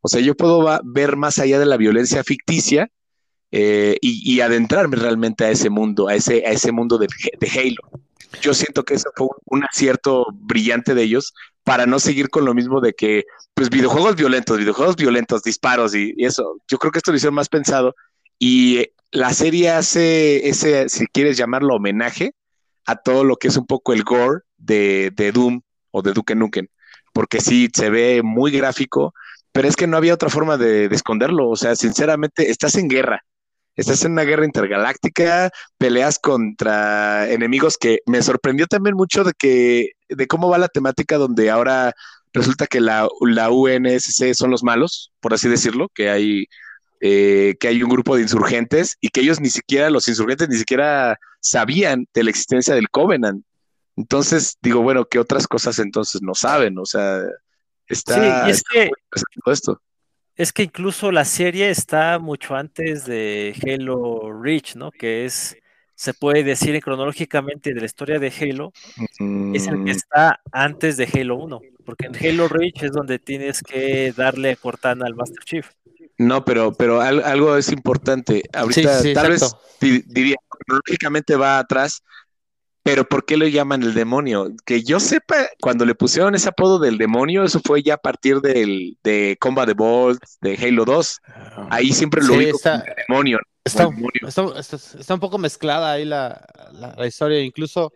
S1: O sea, yo puedo va- ver más allá de la violencia ficticia eh, y, y adentrarme realmente a ese mundo, a ese, a ese mundo de, de Halo. Yo siento que eso fue un, un acierto brillante de ellos para no seguir con lo mismo de que, pues, videojuegos violentos, videojuegos violentos, disparos y, y eso. Yo creo que esto lo hicieron más pensado y eh, la serie hace ese, si quieres llamarlo homenaje, a todo lo que es un poco el gore de, de Doom o de Duke Nukem, porque sí, se ve muy gráfico, pero es que no había otra forma de, de esconderlo. O sea, sinceramente, estás en guerra. Estás en una guerra intergaláctica, peleas contra enemigos que me sorprendió también mucho de que, de cómo va la temática donde ahora resulta que la, la U N S C son los malos, por así decirlo, que hay, eh, que hay un grupo de insurgentes y que ellos ni siquiera, los insurgentes ni siquiera sabían de la existencia del Covenant. Entonces, digo, bueno, ¿qué otras cosas entonces no saben? O sea,
S2: Sí, y
S1: está,
S2: es
S1: está
S2: que
S1: muy interesante todo esto.
S2: Es que incluso la serie está mucho antes de Halo Reach, ¿no? Que es, se puede decir cronológicamente de la historia de Halo, es el que
S1: Mm,
S2: está antes de Halo uno, porque en Halo Reach es donde tienes que darle a Cortana al Master Chief.
S1: no, pero, pero al- algo es importante.
S3: Sí, sí,
S1: Ahorita
S3: sí,
S1: tal vez
S3: exacto.
S1: di- diría, cronológicamente va atrás, pero ¿por qué lo llaman el demonio? Que yo sepa, cuando le pusieron ese apodo del demonio, eso fue ya a partir del, de Combat Evolved, de Halo dos. Ahí siempre lo
S3: Sí,
S1: ubico como
S3: está,
S1: el demonio, ¿no? Como
S3: está,
S1: el demonio.
S3: está, está- está un poco mezclada ahí la, la- la historia. Incluso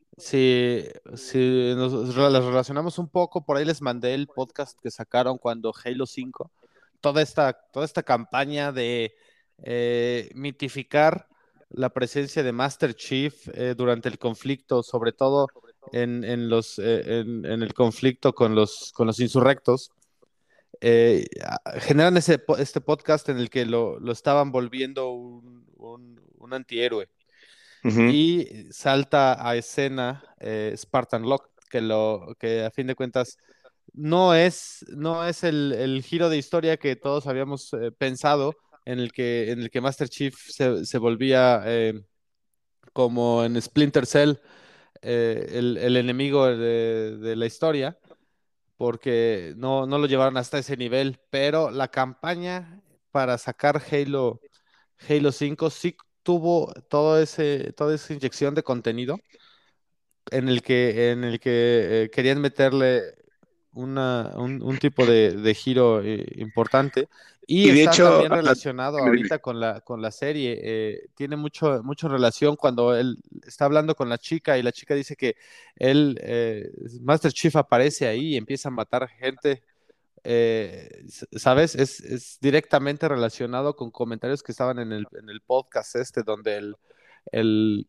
S3: si, si nos re- las relacionamos un poco, por ahí les mandé el podcast que sacaron cuando Halo cinco, toda esta, toda esta campaña de eh, mitificar la presencia de Master Chief eh, durante el conflicto, sobre todo en, en los, eh, en, en el conflicto con los, con los insurrectos. eh, Generan ese, po- este podcast en el que lo, lo estaban volviendo un, un- un antihéroe
S1: Ujú.
S3: y salta a escena eh, Spartan Locke, que, lo, que a fin de cuentas no es, no es el, el giro de historia que todos habíamos eh, pensado, en el que, en el que Master Chief se, se volvía eh, como en Splinter Cell, eh, el, el enemigo de, de la historia, porque no, no lo llevaron hasta ese nivel, pero la campaña para sacar Halo, Halo cinco sí tuvo todo ese, toda esa inyección de contenido en el que, en el que eh, querían meterle una, un, un tipo de, de giro eh, importante y
S1: Y de
S3: está
S1: hecho,
S3: también
S1: ah,
S3: relacionado
S1: dime, dime.
S3: ahorita con la, con la serie. Eh, tiene mucho, mucho relación cuando él está hablando con la chica y la chica dice que él, eh, Master Chief aparece ahí y empieza a matar gente. eh, s- ¿Sabes? Es, es directamente relacionado con comentarios que estaban en el, en el podcast este, donde el, el,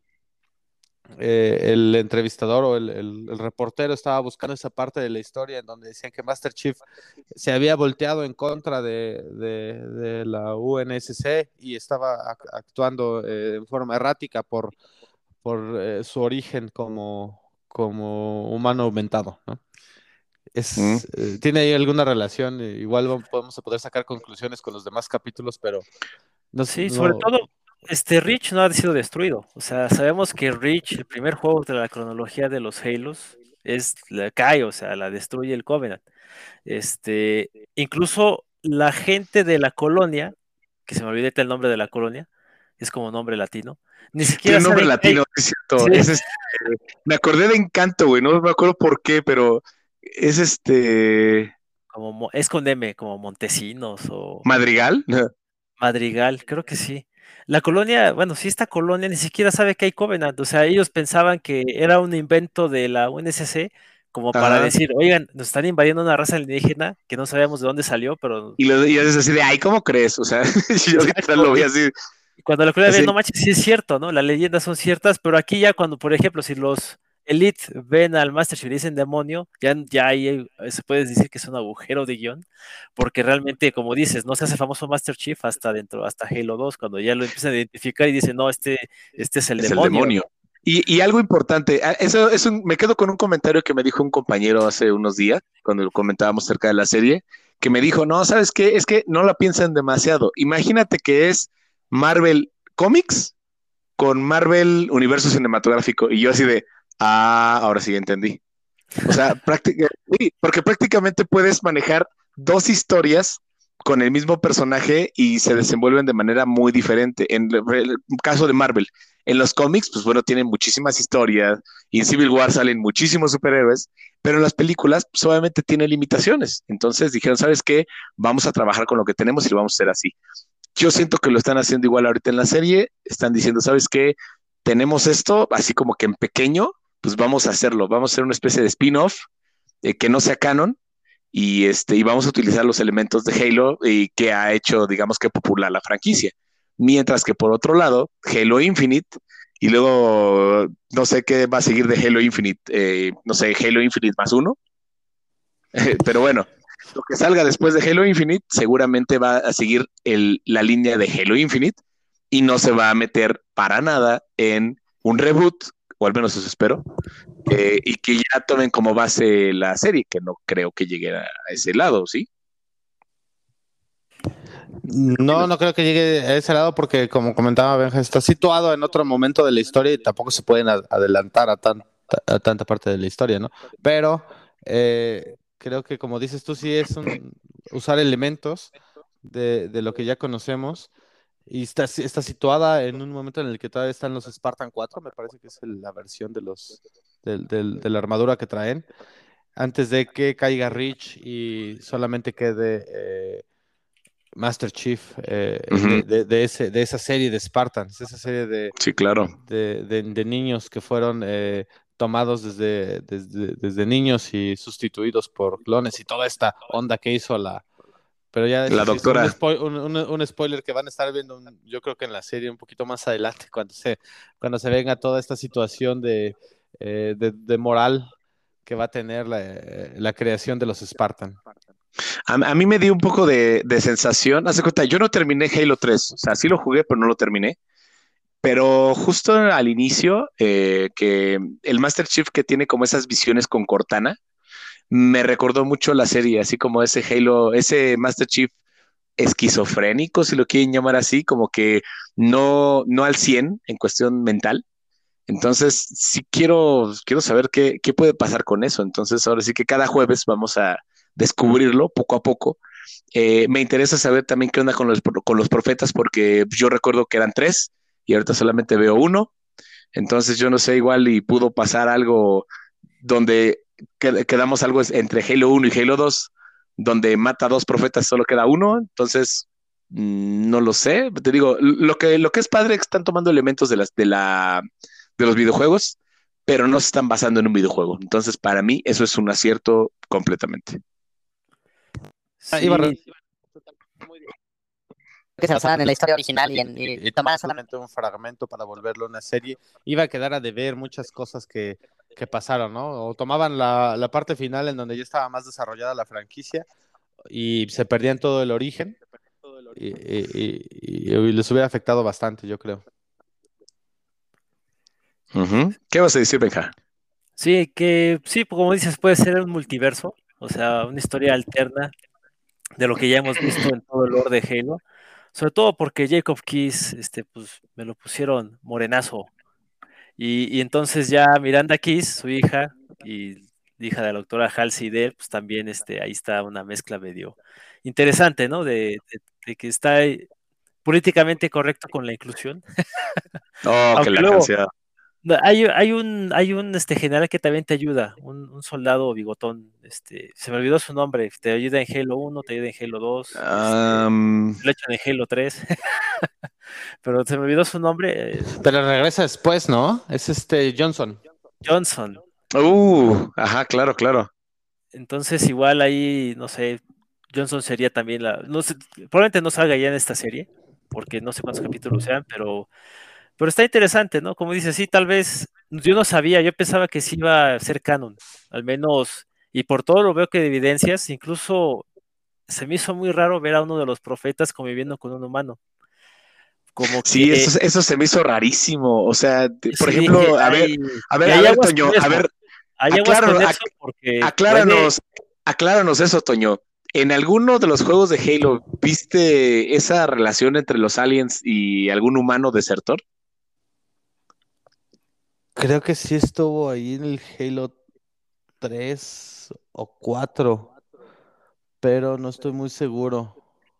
S3: eh, el entrevistador o el, el- el reportero estaba buscando esa parte de la historia en donde decían que Master Chief se había volteado en contra de, de- de la U N S C y estaba ac- actuando eh, en forma errática por, por eh, su origen como, como humano aumentado, ¿no?
S1: Mm.
S3: Es, eh, tiene ahí alguna relación, eh, igual vamos- podemos poder sacar conclusiones con los demás capítulos, pero no, s-
S2: Sí, sobre
S3: no,
S2: todo, este Reach no ha sido destruido. O sea, sabemos que Reach, el primer juego de la cronología de los Halos, es la cae, o sea, la destruye el Covenant. Este, incluso la gente de la colonia, que se me olvida el nombre de la colonia, es como nombre latino, ni
S1: Tiene
S2: siquiera
S1: un nombre
S2: saben que hay,
S1: latino, es cierto.
S2: sí,
S1: Es este, me acordé de Encanto, güey, no me acuerdo por qué, pero es este
S2: como mo- es con M, como Montesinos o
S1: Madrigal.
S2: Madrigal, creo que sí. La colonia, bueno, sí, esta colonia ni siquiera sabe que hay Covenant, o sea, ellos pensaban que era un invento de la U N S C, como para
S1: Ajá.
S2: decir, oigan, nos están invadiendo una raza alienígena que no sabemos de dónde salió, pero
S1: Y, lo, y es así de, ay, ¿cómo crees? O sea, yo literal
S2: exacto,
S1: lo vi
S2: y,
S1: así,
S2: y cuando la colonia ve,
S1: así.
S2: no manches, sí es cierto, ¿no? Las leyendas son ciertas, pero aquí ya cuando, por ejemplo, si los Elite ven al Master Chief y dicen demonio, ya, ya ahí eh, se puede decir que es un agujero de guión, porque realmente, como dices, no se hace famoso Master Chief hasta dentro, hasta Halo dos, cuando ya lo empiezan a identificar y dicen, no, este, este es el
S1: Es el
S2: demonio,
S1: demonio.
S2: ¿no?
S1: Y, y algo importante, ah, eso es un, me quedo con un comentario que me dijo un compañero hace unos días, cuando lo comentábamos cerca de la serie, que me dijo, no, ¿sabes qué? Es que no la piensan demasiado. Imagínate que es Marvel Comics con Marvel Universo Cinematográfico. Y yo así de, ah, ahora sí entendí. O sea, práctica, sí, porque prácticamente puedes manejar dos historias con el mismo personaje y se desenvuelven de manera muy diferente. En el caso de Marvel, en los cómics, pues bueno, tienen muchísimas historias y en Civil War salen muchísimos superhéroes, pero en las películas pues, obviamente tiene limitaciones. Entonces dijeron, ¿sabes qué? Vamos a trabajar con lo que tenemos y lo vamos a hacer así. Yo siento que lo están haciendo igual ahorita en la serie, están diciendo, ¿sabes qué? Tenemos esto, así como que en pequeño, pues vamos a hacerlo, vamos a hacer una especie de spin-off eh, que no sea canon y, este, y vamos a utilizar los elementos de Halo y que ha hecho, digamos que popular la franquicia. Mientras que por otro lado, Halo Infinite, y luego no sé qué va a seguir de Halo Infinite, eh, no sé, Halo Infinite más uno, pero bueno, lo que salga después de Halo Infinite seguramente va a seguir el, la línea de Halo Infinite y no se va a meter para nada en un reboot, o al menos eso espero, eh, y que ya tomen como base la serie, que no creo que llegue a ese lado, ¿sí?
S3: No, no creo que llegue a ese lado porque, como comentaba Benja, está situado en otro momento de la historia y tampoco se pueden a- adelantar a, tan, a tanta parte de la historia, ¿no? Pero eh, creo que, como dices tú, sí es un, usar elementos de, de lo que ya conocemos y está, está situada en un momento en el que todavía están los Spartan cuatro, me parece que es el- la versión de los del- del- de la armadura que traen, antes de que caiga Reach y solamente quede eh, Master Chief eh,
S1: Ujú.
S3: de, de- de ese, de esa serie de Spartans, esa serie de,
S1: Sí, claro.
S3: de, de- de niños que fueron eh, tomados desde, desde, desde niños y sustituidos por clones y toda esta onda que hizo la... Pero ya eso
S1: La
S3: sí es un,
S1: doctora.
S3: spo- un, un- un spoiler que van a estar viendo, un- yo creo que en la serie un poquito más adelante, cuando se, cuando se venga toda esta situación de, eh, de, de moral que va a tener la, eh, la creación de los Spartan.
S1: A, a mí me dio un poco de, de sensación. Haz de cuenta, yo no terminé Halo tres, o sea, sí lo jugué, pero no lo terminé. Pero justo al inicio, eh, que el Master Chief que tiene como esas visiones con Cortana, me recordó mucho la serie, así como ese Halo, ese Master Chief esquizofrénico, si lo quieren llamar así, como que no, no al cien en cuestión mental. Entonces, sí quiero, quiero saber qué, qué puede pasar con eso. Entonces, ahora sí que cada jueves vamos a descubrirlo poco a poco. Eh, me interesa saber también qué onda con los, con los profetas, porque yo recuerdo que eran tres y ahorita solamente veo uno. Entonces, yo no sé, igual y pudo pasar algo donde quedamos algo entre Halo uno y Halo dos, donde mata a dos profetas, solo queda uno. Entonces, mmm, no lo sé. Te digo, lo que, lo que es padre es que están tomando elementos de, las, de, la, de los videojuegos, pero no se están basando en un videojuego. Entonces, para mí, eso es un acierto completamente.
S3: Ah, iba a re-
S2: Sí,
S4: Que se basaban en la historia original y, en,
S3: y,
S4: y
S3: y
S4: tomaban
S3: tomar
S4: solamente.
S3: solamente un fragmento para volverlo una serie, iba a quedar a deber muchas cosas que, que pasaron, ¿no? O tomaban la, la parte final en donde ya estaba más desarrollada la franquicia y se perdían todo el origen y, y- y- y les hubiera afectado bastante, yo creo.
S1: Uh-huh. ¿Qué vas a decir, Benja?
S2: sí, que sí, como dices, puede ser un multiverso, o sea, una historia alterna de lo que ya hemos visto en todo el lore de Halo. Sobre todo porque Jacob Keyes, este, pues me lo pusieron morenazo. Y, y entonces ya Miranda Keyes, su hija, y hija de la doctora Halsey Dell, pues también este, ahí está una mezcla medio interesante, ¿no? De, de- de que está eh, políticamente correcto con la inclusión.
S1: Oh, que
S2: Aunque
S1: la
S2: luego
S1: canción.
S2: no, hay, hay un, hay un este, general que también te ayuda, un, un soldado bigotón, este, se me olvidó su nombre, te ayuda en Halo uno, te ayuda en Halo dos, este,
S1: Um,
S2: lo echan en Halo tres, pero se me olvidó su nombre, eh,
S3: Pero regresa después, ¿no? Es este Johnson.
S2: Johnson.
S1: uh, ajá, claro, claro.
S2: Entonces, igual ahí, no sé, Johnson sería también la. No sé, probablemente no salga ya en esta serie, porque no sé cuántos capítulos sean, pero, pero está interesante, ¿no? Como dices, sí, tal vez. Yo no sabía, yo pensaba que sí iba a ser canon, al menos, y por todo lo veo que de evidencias, incluso se me hizo muy raro ver a uno de los profetas conviviendo con un humano. Como
S1: Sí,
S2: que
S1: eso, eso se me hizo rarísimo. O sea, te-
S2: yo
S1: por
S2: sí dije,
S1: ejemplo, a ver,
S2: hay,
S1: a
S2: y
S1: ver, a
S2: hay
S1: ver,
S2: aguas con
S1: Toño, a
S2: eso,
S1: ver,
S2: hay aguas con
S1: acláranos,
S2: eso,
S1: ac-
S2: porque puede.
S1: acláranos, acláranos eso, Toño. ¿En alguno de los juegos de Halo viste esa relación entre los aliens y algún humano desertor?
S3: Creo que sí estuvo ahí en el Halo tres o cuatro, pero no estoy muy seguro.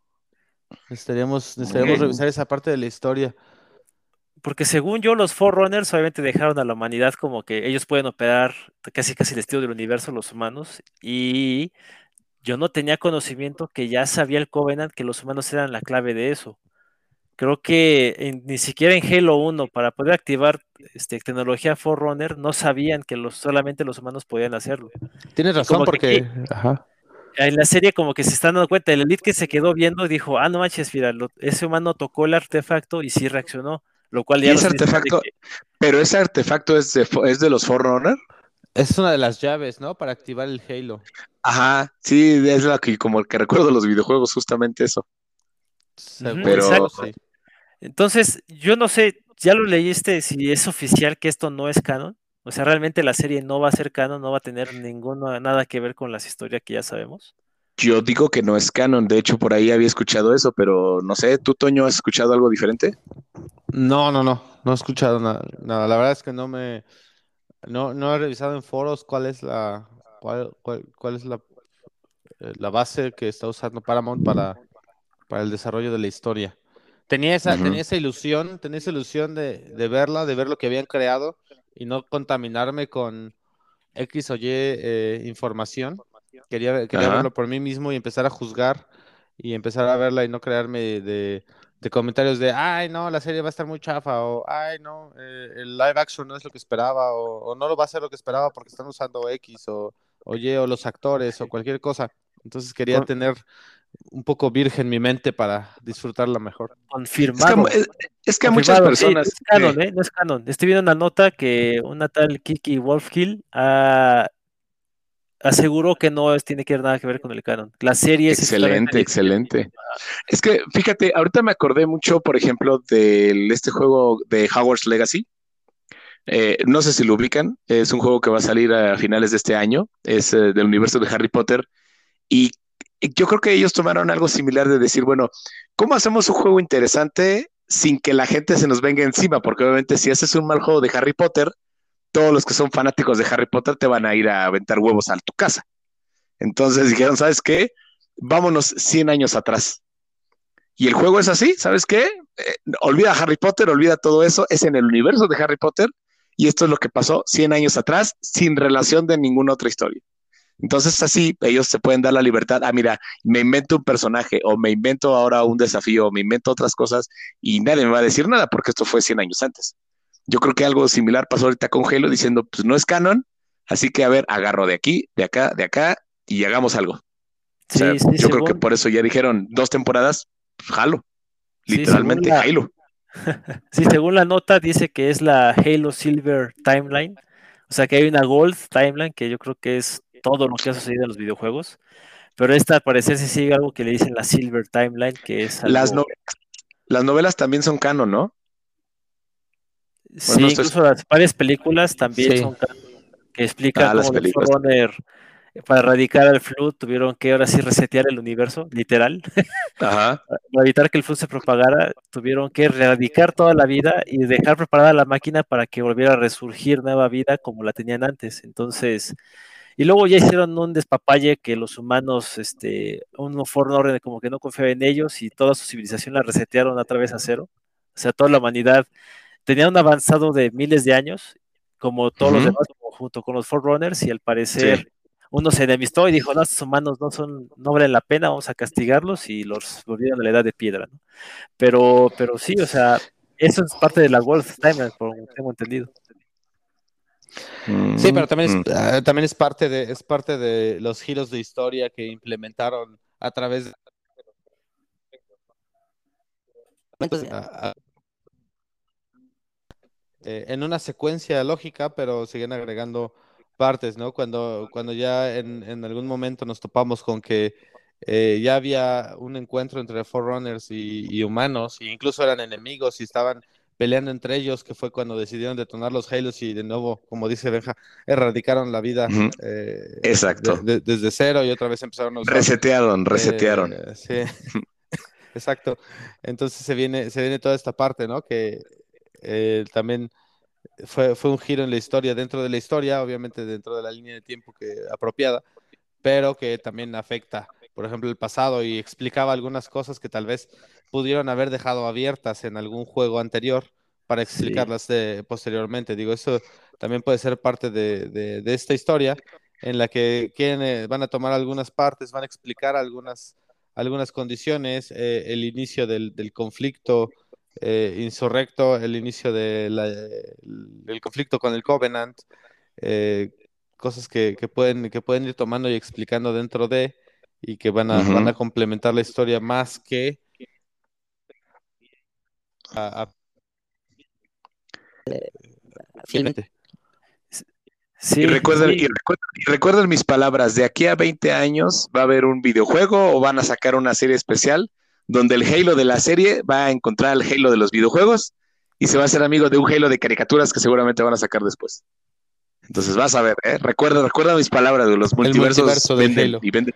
S3: Necesitaríamos, necesitaríamos
S1: Ok.
S3: revisar esa parte de la historia.
S2: Porque según yo, los Forerunners obviamente dejaron a la humanidad como que ellos pueden operar casi casi el estilo del universo, los humanos, y yo no tenía conocimiento que ya sabía el Covenant que los humanos eran la clave de eso. Creo que en- ni siquiera en Halo uno, para poder activar este, tecnología Forerunner, no sabían que los, solamente los humanos podían hacerlo.
S3: Tienes
S2: Y
S3: razón
S2: como que aquí,
S3: porque, ajá.
S2: en la serie como que se están dando cuenta, el Elite que se quedó viendo dijo, ah, no manches, mira, lo- ese humano tocó el artefacto y sí reaccionó, lo cual
S1: Y
S2: ya
S1: ese
S2: los indica de
S1: artefacto,
S2: que,
S1: pero ese artefacto es de, fo- es de los Forerunner.
S3: Es una de las llaves, ¿no? Para activar el Halo.
S1: Ajá, sí, es lo que como que recuerdo los videojuegos, justamente eso.
S2: ujú,
S3: Según
S1: Pero
S3: yo,
S2: exacto.
S3: sí.
S2: Entonces, yo no sé, ¿ya lo leíste si es oficial que esto no es canon? O sea, realmente la serie no va a ser canon, no va a tener ninguna, nada que ver con las historias que ya sabemos.
S1: yo digo que no es canon. De hecho, por ahí había escuchado eso, pero no sé, ¿tú, Toño, has escuchado algo diferente?
S3: No, no, no. No he escuchado nada. Nada. La verdad es que no me, no, no he revisado en foros cuál es la, cuál, cuál, cuál es la, eh, la base que está usando Paramount para, para el desarrollo de la historia. Tenía esa, tenía
S1: Ujú.
S3: esa ilusión, tenía esa ilusión de, de verla, de ver lo que habían creado y no contaminarme con X o Y eh, información. Quería, ver- quería
S1: Ajá.
S3: verlo por mí mismo y empezar a juzgar y empezar a verla y no crearme de, de comentarios de, ay, no, la serie va a estar muy chafa o, ay, no, eh, el live action no es lo que esperaba o, o no lo va a ser lo que esperaba porque están usando X o, o Y o los actores o cualquier cosa. Entonces quería
S2: Con-
S3: tener un poco virgen mi mente para disfrutarla mejor.
S1: Es que, a mu-
S2: confirmado,
S1: es, es que a muchas
S2: confirmado, sí, no
S1: personas
S2: es
S1: que
S2: canon, ¿eh? No es canon. Estoy viendo una nota que una tal Kiki Wolfkill ah, aseguró que no es- tiene que ver nada que ver con el canon. La serie sí es totalmente
S1: excelente,
S2: diferente.
S1: excelente. Es que, fíjate, ahorita me acordé mucho, por ejemplo, de este juego de Hogwarts Legacy. Eh, no sé si lo ubican, es un juego que va a salir a finales de este año, es eh, del universo de Harry Potter. Y yo creo que ellos tomaron algo similar de decir, bueno, ¿cómo hacemos un juego interesante sin que la gente se nos venga encima? Porque obviamente si haces un mal juego de Harry Potter, todos los que son fanáticos de Harry Potter te van a ir a aventar huevos a tu casa. Entonces dijeron, ¿sabes qué? Vámonos cien años atrás. Y el juego es así, ¿sabes qué? Eh, olvida Harry Potter, olvida todo eso, es en el universo de Harry Potter y esto es lo que pasó cien años atrás sin relación de ninguna otra historia. Entonces así ellos se pueden dar la libertad, ah, mira, me invento un personaje o me invento ahora un desafío o me invento otras cosas y nadie me va a decir nada porque esto fue cien años antes. Yo creo que algo similar pasó ahorita con Halo diciendo, pues no es canon, así que a ver, agarro de aquí, de acá, de acá y hagamos algo. O sea,
S2: Sí, sí,
S1: yo creo que
S2: según,
S1: por eso ya dijeron dos temporadas, pues, Halo,
S2: sí, según
S1: literalmente
S2: la,
S1: Halo.
S2: sí, según la nota dice que es la Halo Silver Timeline. O sea que hay una Gold Timeline que yo creo que es todo lo que ha sucedido en los videojuegos. Pero esta al parecer sí sigue algo que le dicen la Silver Timeline, que es
S1: Las,
S2: algo,
S1: no, las novelas también son canon, ¿no? Pues no
S2: sí,
S1: estoy...
S2: incluso las varias películas también
S3: Sí,
S2: son canon, que explican
S1: Ah, las
S2: cómo los
S1: películas también.
S2: Forerunner, eh, para erradicar al Flood, tuvieron que ahora sí resetear el universo, literal.
S1: Ajá.
S2: Para evitar que el Flood se propagara, tuvieron que erradicar toda la vida y dejar preparada la máquina para que volviera a resurgir nueva vida como la tenían antes. Entonces, y luego ya hicieron un despapalle que los humanos, este, un Forerunner como que no confiaba en ellos y toda su civilización la resetearon otra vez a cero. O sea, toda la humanidad tenía un avanzado de miles de años, como todos los
S1: Ujú.
S2: demás, como junto con los Forerunners, y al
S1: Sí.
S2: parecer uno se enemistó y dijo, no, estos humanos no son, no valen la pena, vamos a castigarlos, y los volvieron a la edad de piedra, ¿no? Pero, pero sí, o sea, eso es parte de la Wolf Timeline, por lo que tengo entendido.
S3: sí,
S1: Mm,
S3: pero también es,
S1: mm.
S3: ah, también es parte de, es parte de los giros de historia que implementaron a través de,
S4: Pues,
S3: a- a- eh, en una secuencia lógica, pero siguen agregando partes, ¿no? Cuando, cuando ya en, en algún momento nos topamos con que eh, ya había un encuentro entre Forerunners y, y humanos, e incluso eran enemigos y estaban peleando entre ellos, que fue cuando decidieron detonar los Halos y de nuevo, como dice Benja, erradicaron la vida
S1: Ujú.
S3: eh, de-
S1: Exacto.
S3: de- desde cero y otra vez empezaron a usar.
S1: Resetearon, resetearon.
S3: eh, sí, exacto. Entonces se viene, se viene toda esta parte, ¿no? Que eh, también fue, fue un giro en la historia, dentro de la historia, obviamente dentro de la línea de tiempo que, apropiada, pero que también afecta por ejemplo, el pasado y explicaba algunas cosas que tal vez pudieron haber dejado abiertas en algún juego anterior para
S2: Sí.
S3: explicarlas de, posteriormente. Digo, eso también puede ser parte de, de, de esta historia en la que quieren, eh, van a tomar algunas partes, van a explicar algunas, algunas condiciones, eh, el inicio del, del conflicto eh, insurrecto, el inicio de la- del conflicto con el Covenant, eh, cosas que, que pueden, que pueden ir tomando y explicando dentro de, y que van a, van a
S1: Ujú.
S3: complementar la historia más que a, a-
S4: Fielmente.
S1: Y
S2: Sí,
S1: recuerden, y
S2: sí,
S1: recuerden, y recuerden mis palabras, de aquí a veinte años va a haber un videojuego o van a sacar una serie especial donde el Halo de la serie va a encontrar el Halo de los videojuegos y se va a hacer amigo de un Halo de caricaturas que seguramente van a sacar después. Entonces vas a ver, ¿eh? Recuerda, recuerda mis palabras, güey, los
S3: el
S1: multiversos
S3: multiverso del
S1: venden
S3: Halo.
S1: y venden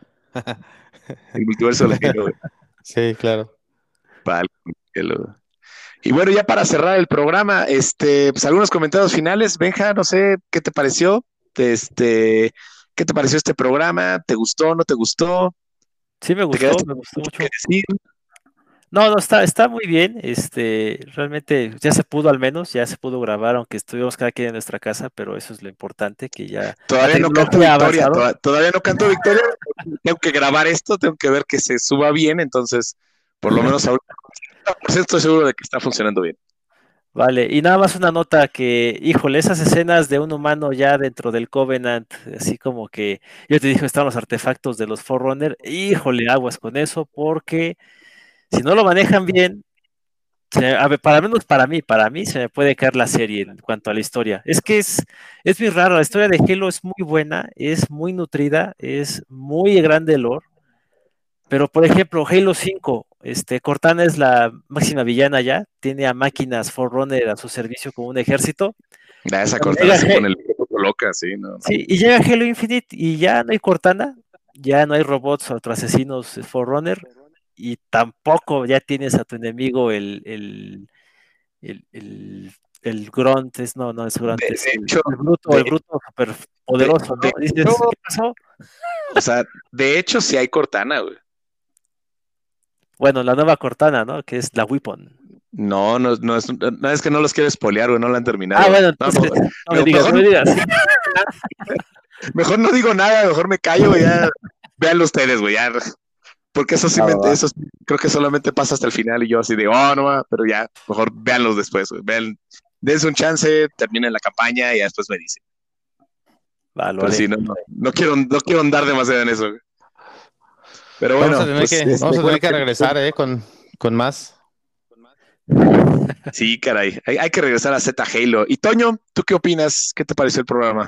S1: el multiverso del Halo, güey.
S3: Sí, claro.
S1: Pal- Halo. Y bueno, ya para cerrar el programa, este, pues algunos comentarios finales. Benja, no sé, ¿qué te pareció? Este, ¿qué te pareció este programa? ¿Te gustó? ¿No te gustó?
S2: sí me
S1: ¿Te
S2: gustó,
S1: quedaste
S2: me gustó
S1: mucho que
S2: mucho.
S1: decir?
S2: No, no, está, está muy bien. Este, realmente ya se pudo al menos, ya se pudo grabar, aunque estuvimos cada quien en nuestra casa, pero eso es lo importante, que ya la
S1: Todavía no canto
S2: tecnología ha
S1: victoria,
S2: avanzado.
S1: to- todavía no canto victoria. Tengo que grabar esto, tengo que ver que se suba bien, entonces, por lo menos ahorita por ciento estoy seguro de que está funcionando bien.
S2: Vale, y nada más una nota que, híjole, esas escenas de un humano ya dentro del Covenant, así como que yo te dije, están los artefactos de los Forerunner, híjole, aguas con eso, porque si no lo manejan bien, se- a ver, para menos para mí, para mí se me puede caer la serie en cuanto a la historia. Es que es, es muy raro, la historia de Halo es muy buena, es muy nutrida, es muy grande el lore, pero por ejemplo, Halo cinco, este, Cortana es la máxima villana ya, tiene a máquinas Forerunner a su servicio como un ejército.
S1: Ya esa
S2: Cuando
S1: Cortana
S2: llega
S1: se
S2: He-
S1: pone el poco loca, sí, ¿no?
S2: sí, y llega Halo Infinite y ya no hay Cortana, ya no hay robots o otros asesinos eh, Forerunner, y tampoco ya tienes a tu enemigo el, el, el, el, el Grunt, es, no, no es
S1: De,
S2: Grunt, es
S1: de
S2: el,
S1: hecho,
S2: el bruto, el
S1: de,
S2: bruto super
S1: de,
S2: poderoso,
S1: de
S2: ¿no? Dices,
S1: hecho,
S2: ¿qué pasó?
S1: o sea, de hecho sí hay Cortana, güey.
S2: Bueno, la nueva Cortana, ¿no? Que es la Weapon.
S1: No, no, no es, no es que no los quiero spoilear, güey, no lo han terminado.
S2: Ah, bueno,
S1: No,
S2: entonces,
S1: mejor,
S2: no me digas, no
S1: mejor,
S2: me digas.
S1: mejor no digo nada, mejor me callo, güey, ya. Véanlo ustedes, güey, ya. Porque eso sí,
S2: Va,
S1: me,
S2: va, va.
S1: eso sí, creo que solamente pasa hasta el final y yo así de, oh, no, va", pero ya, mejor véanlos después, güey. Vean, dense un chance, terminen la campaña y ya después me dicen.
S2: Va, lo
S1: Pero
S2: haré.
S1: sí, no, no, no quiero, no quiero andar demasiado en eso, güey. Pero
S3: Vamos a
S1: bueno,
S3: tener
S1: pues,
S3: que,
S1: este,
S3: vamos a
S1: bueno,
S3: tener que regresar, eh, con, con más.
S1: sí, caray, hay, hay que regresar a Z Halo. Y Toño, ¿tú qué opinas? ¿Qué te pareció el programa?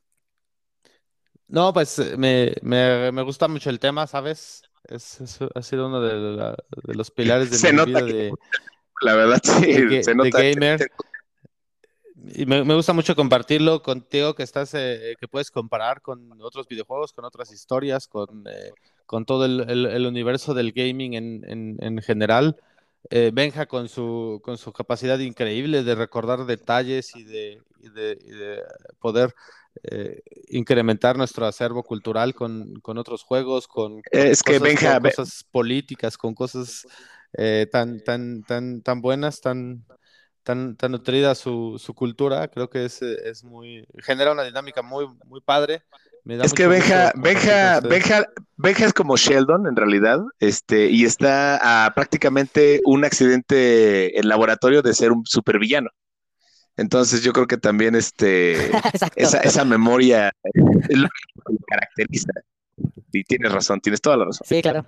S3: No, pues eh, me, me, me gusta mucho el tema, ¿sabes? Es, es- ha sido uno de, la- de los pilares de
S1: Se
S3: mi
S1: nota
S3: vida
S1: que,
S3: de,
S1: la verdad, sí,
S3: de, ga-
S1: se
S3: de
S1: nota.
S3: gamer. Y me, me gusta mucho compartirlo contigo, que estás, eh, que puedes comparar con otros videojuegos, con otras historias, con, eh, con todo el, el- el universo del gaming en, en, en general. Eh, Benja con su, con su capacidad increíble de recordar detalles y de, y de, y de poder eh, incrementar nuestro acervo cultural con, con otros juegos, con, con
S1: Es que
S3: cosas, con
S1: Benja, Be-
S3: cosas políticas, con cosas eh, tan, tan, tan, tan buenas, tan tan, tan nutrida su, su cultura, creo que es, eh, es muy, genera una dinámica muy, muy padre. Me da
S1: es que
S3: mucho gusto
S1: Benja,
S3: compartir con
S1: Benja,
S3: ustedes.
S1: Benja, Benja es como Sheldon en realidad, este, y está a prácticamente un accidente en laboratorio de ser un supervillano. Entonces yo creo que también este,
S4: Exacto.
S1: esa, esa memoria es lo que lo caracteriza. Y tienes razón, tienes toda la razón.
S4: Sí, claro.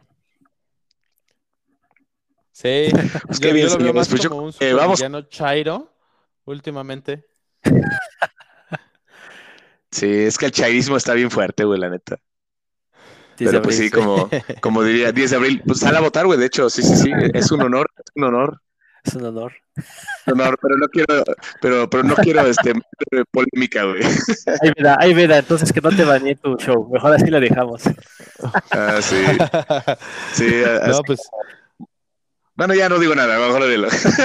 S3: Sí,
S1: Pues qué
S3: yo,
S1: bien,
S3: yo lo veo
S1: señores.
S3: más
S1: Pues yo
S3: como un
S1: eh, vamos.
S3: supervillano chairo últimamente.
S1: Sí, es que el chairismo está bien fuerte, güey, la neta.
S2: diez de
S1: Pero pues
S2: abril.
S1: sí,
S3: Sí.
S1: como, como diría diez de abril, pues sal a votar, güey. De hecho, sí, sí, sí, es un honor, es un honor,
S2: Es un honor.
S1: un honor, pero no quiero, pero, pero no quiero este meter polémica, güey.
S2: Ahí veda, ahí veda, entonces que no te banee tu show. Mejor así lo dejamos.
S1: Ah, sí, sí, así.
S3: No, pues
S1: Bueno, ya no digo nada, mejor dilo.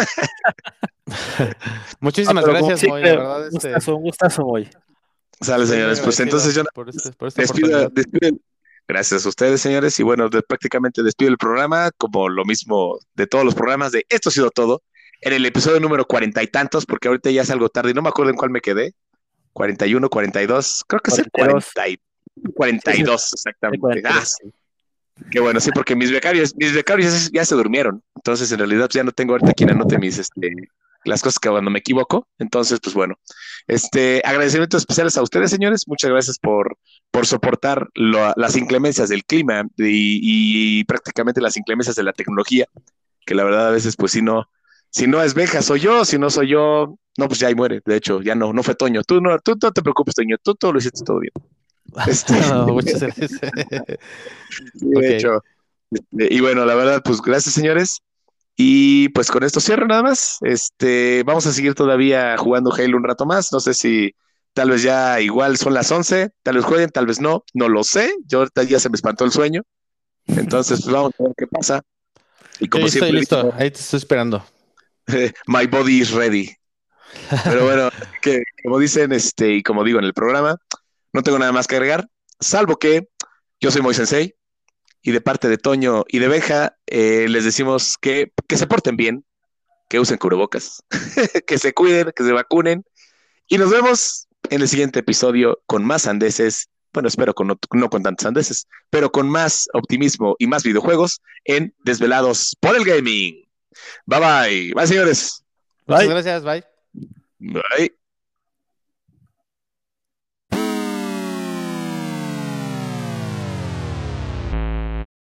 S2: Ah,
S3: muchísimas
S2: pero como
S3: gracias, Moy, de
S2: siempre,
S3: verdad,
S2: un
S3: este,
S2: gustazo, un gustazo, muy.
S1: Sale,
S3: estoy muy
S1: señores, pues entonces
S3: agradecido
S1: yo
S3: por este, por esta
S1: despido,
S3: oportunidad.
S1: despido, Gracias a ustedes, señores. Y bueno, de, prácticamente despido el programa, como lo mismo de todos los programas de Esto ha sido todo. En el episodio número cuarenta y tantos, porque ahorita ya es algo tarde y no me acuerdo en cuál me quedé. cuarenta y uno, cuarenta y dos, creo que es el cuarenta y, cuarenta y dos, exactamente. Ah, sí. Qué bueno, sí, porque mis becarios, mis becarios ya se durmieron. Entonces, en realidad, pues, ya no tengo ahorita quien anote mis, este, las cosas que cuando me equivoco. Entonces, pues bueno, este, agradecimientos especiales a ustedes, señores. Muchas gracias por, por soportar lo, las inclemencias del clima y, y prácticamente las inclemencias de la tecnología, que la verdad a veces, pues si no, si no es Benja, soy yo, si no soy yo, no, pues ya ahí muere. De hecho, ya no, no fue Toño. Tú no, tú no te preocupes, Toño, tú todo lo hiciste todo bien. Este...
S3: no, muchas gracias.
S1: Sí, de okay. hecho. Este, y bueno, la verdad, pues gracias, señores. Y pues con esto cierro nada más. Este, vamos a seguir todavía jugando Halo un rato más. No sé si tal vez ya igual son las once, tal vez jueguen, tal vez no, no lo sé. Yo ahorita ya se me espantó el sueño. Entonces, pues vamos a ver qué pasa. Y como
S3: Yo
S1: siempre,
S3: estoy listo,
S1: digo,
S3: ahí te estoy esperando.
S1: My body is ready. Pero bueno, que, como dicen, este, y como digo en el programa, no tengo nada más que agregar, salvo que yo soy Moy Sensei. Y de parte de Toño y de Benja, eh, les decimos que, que se porten bien, que usen cubrebocas, que se cuiden, que se vacunen. Y nos vemos en el siguiente episodio con más sandeces. Bueno, espero con no, no con tantos sandeces, pero con más optimismo y más videojuegos en Desvelados por el Gaming. Bye bye. Bye, señores.
S3: Muchas bye. gracias. Bye.
S1: Bye.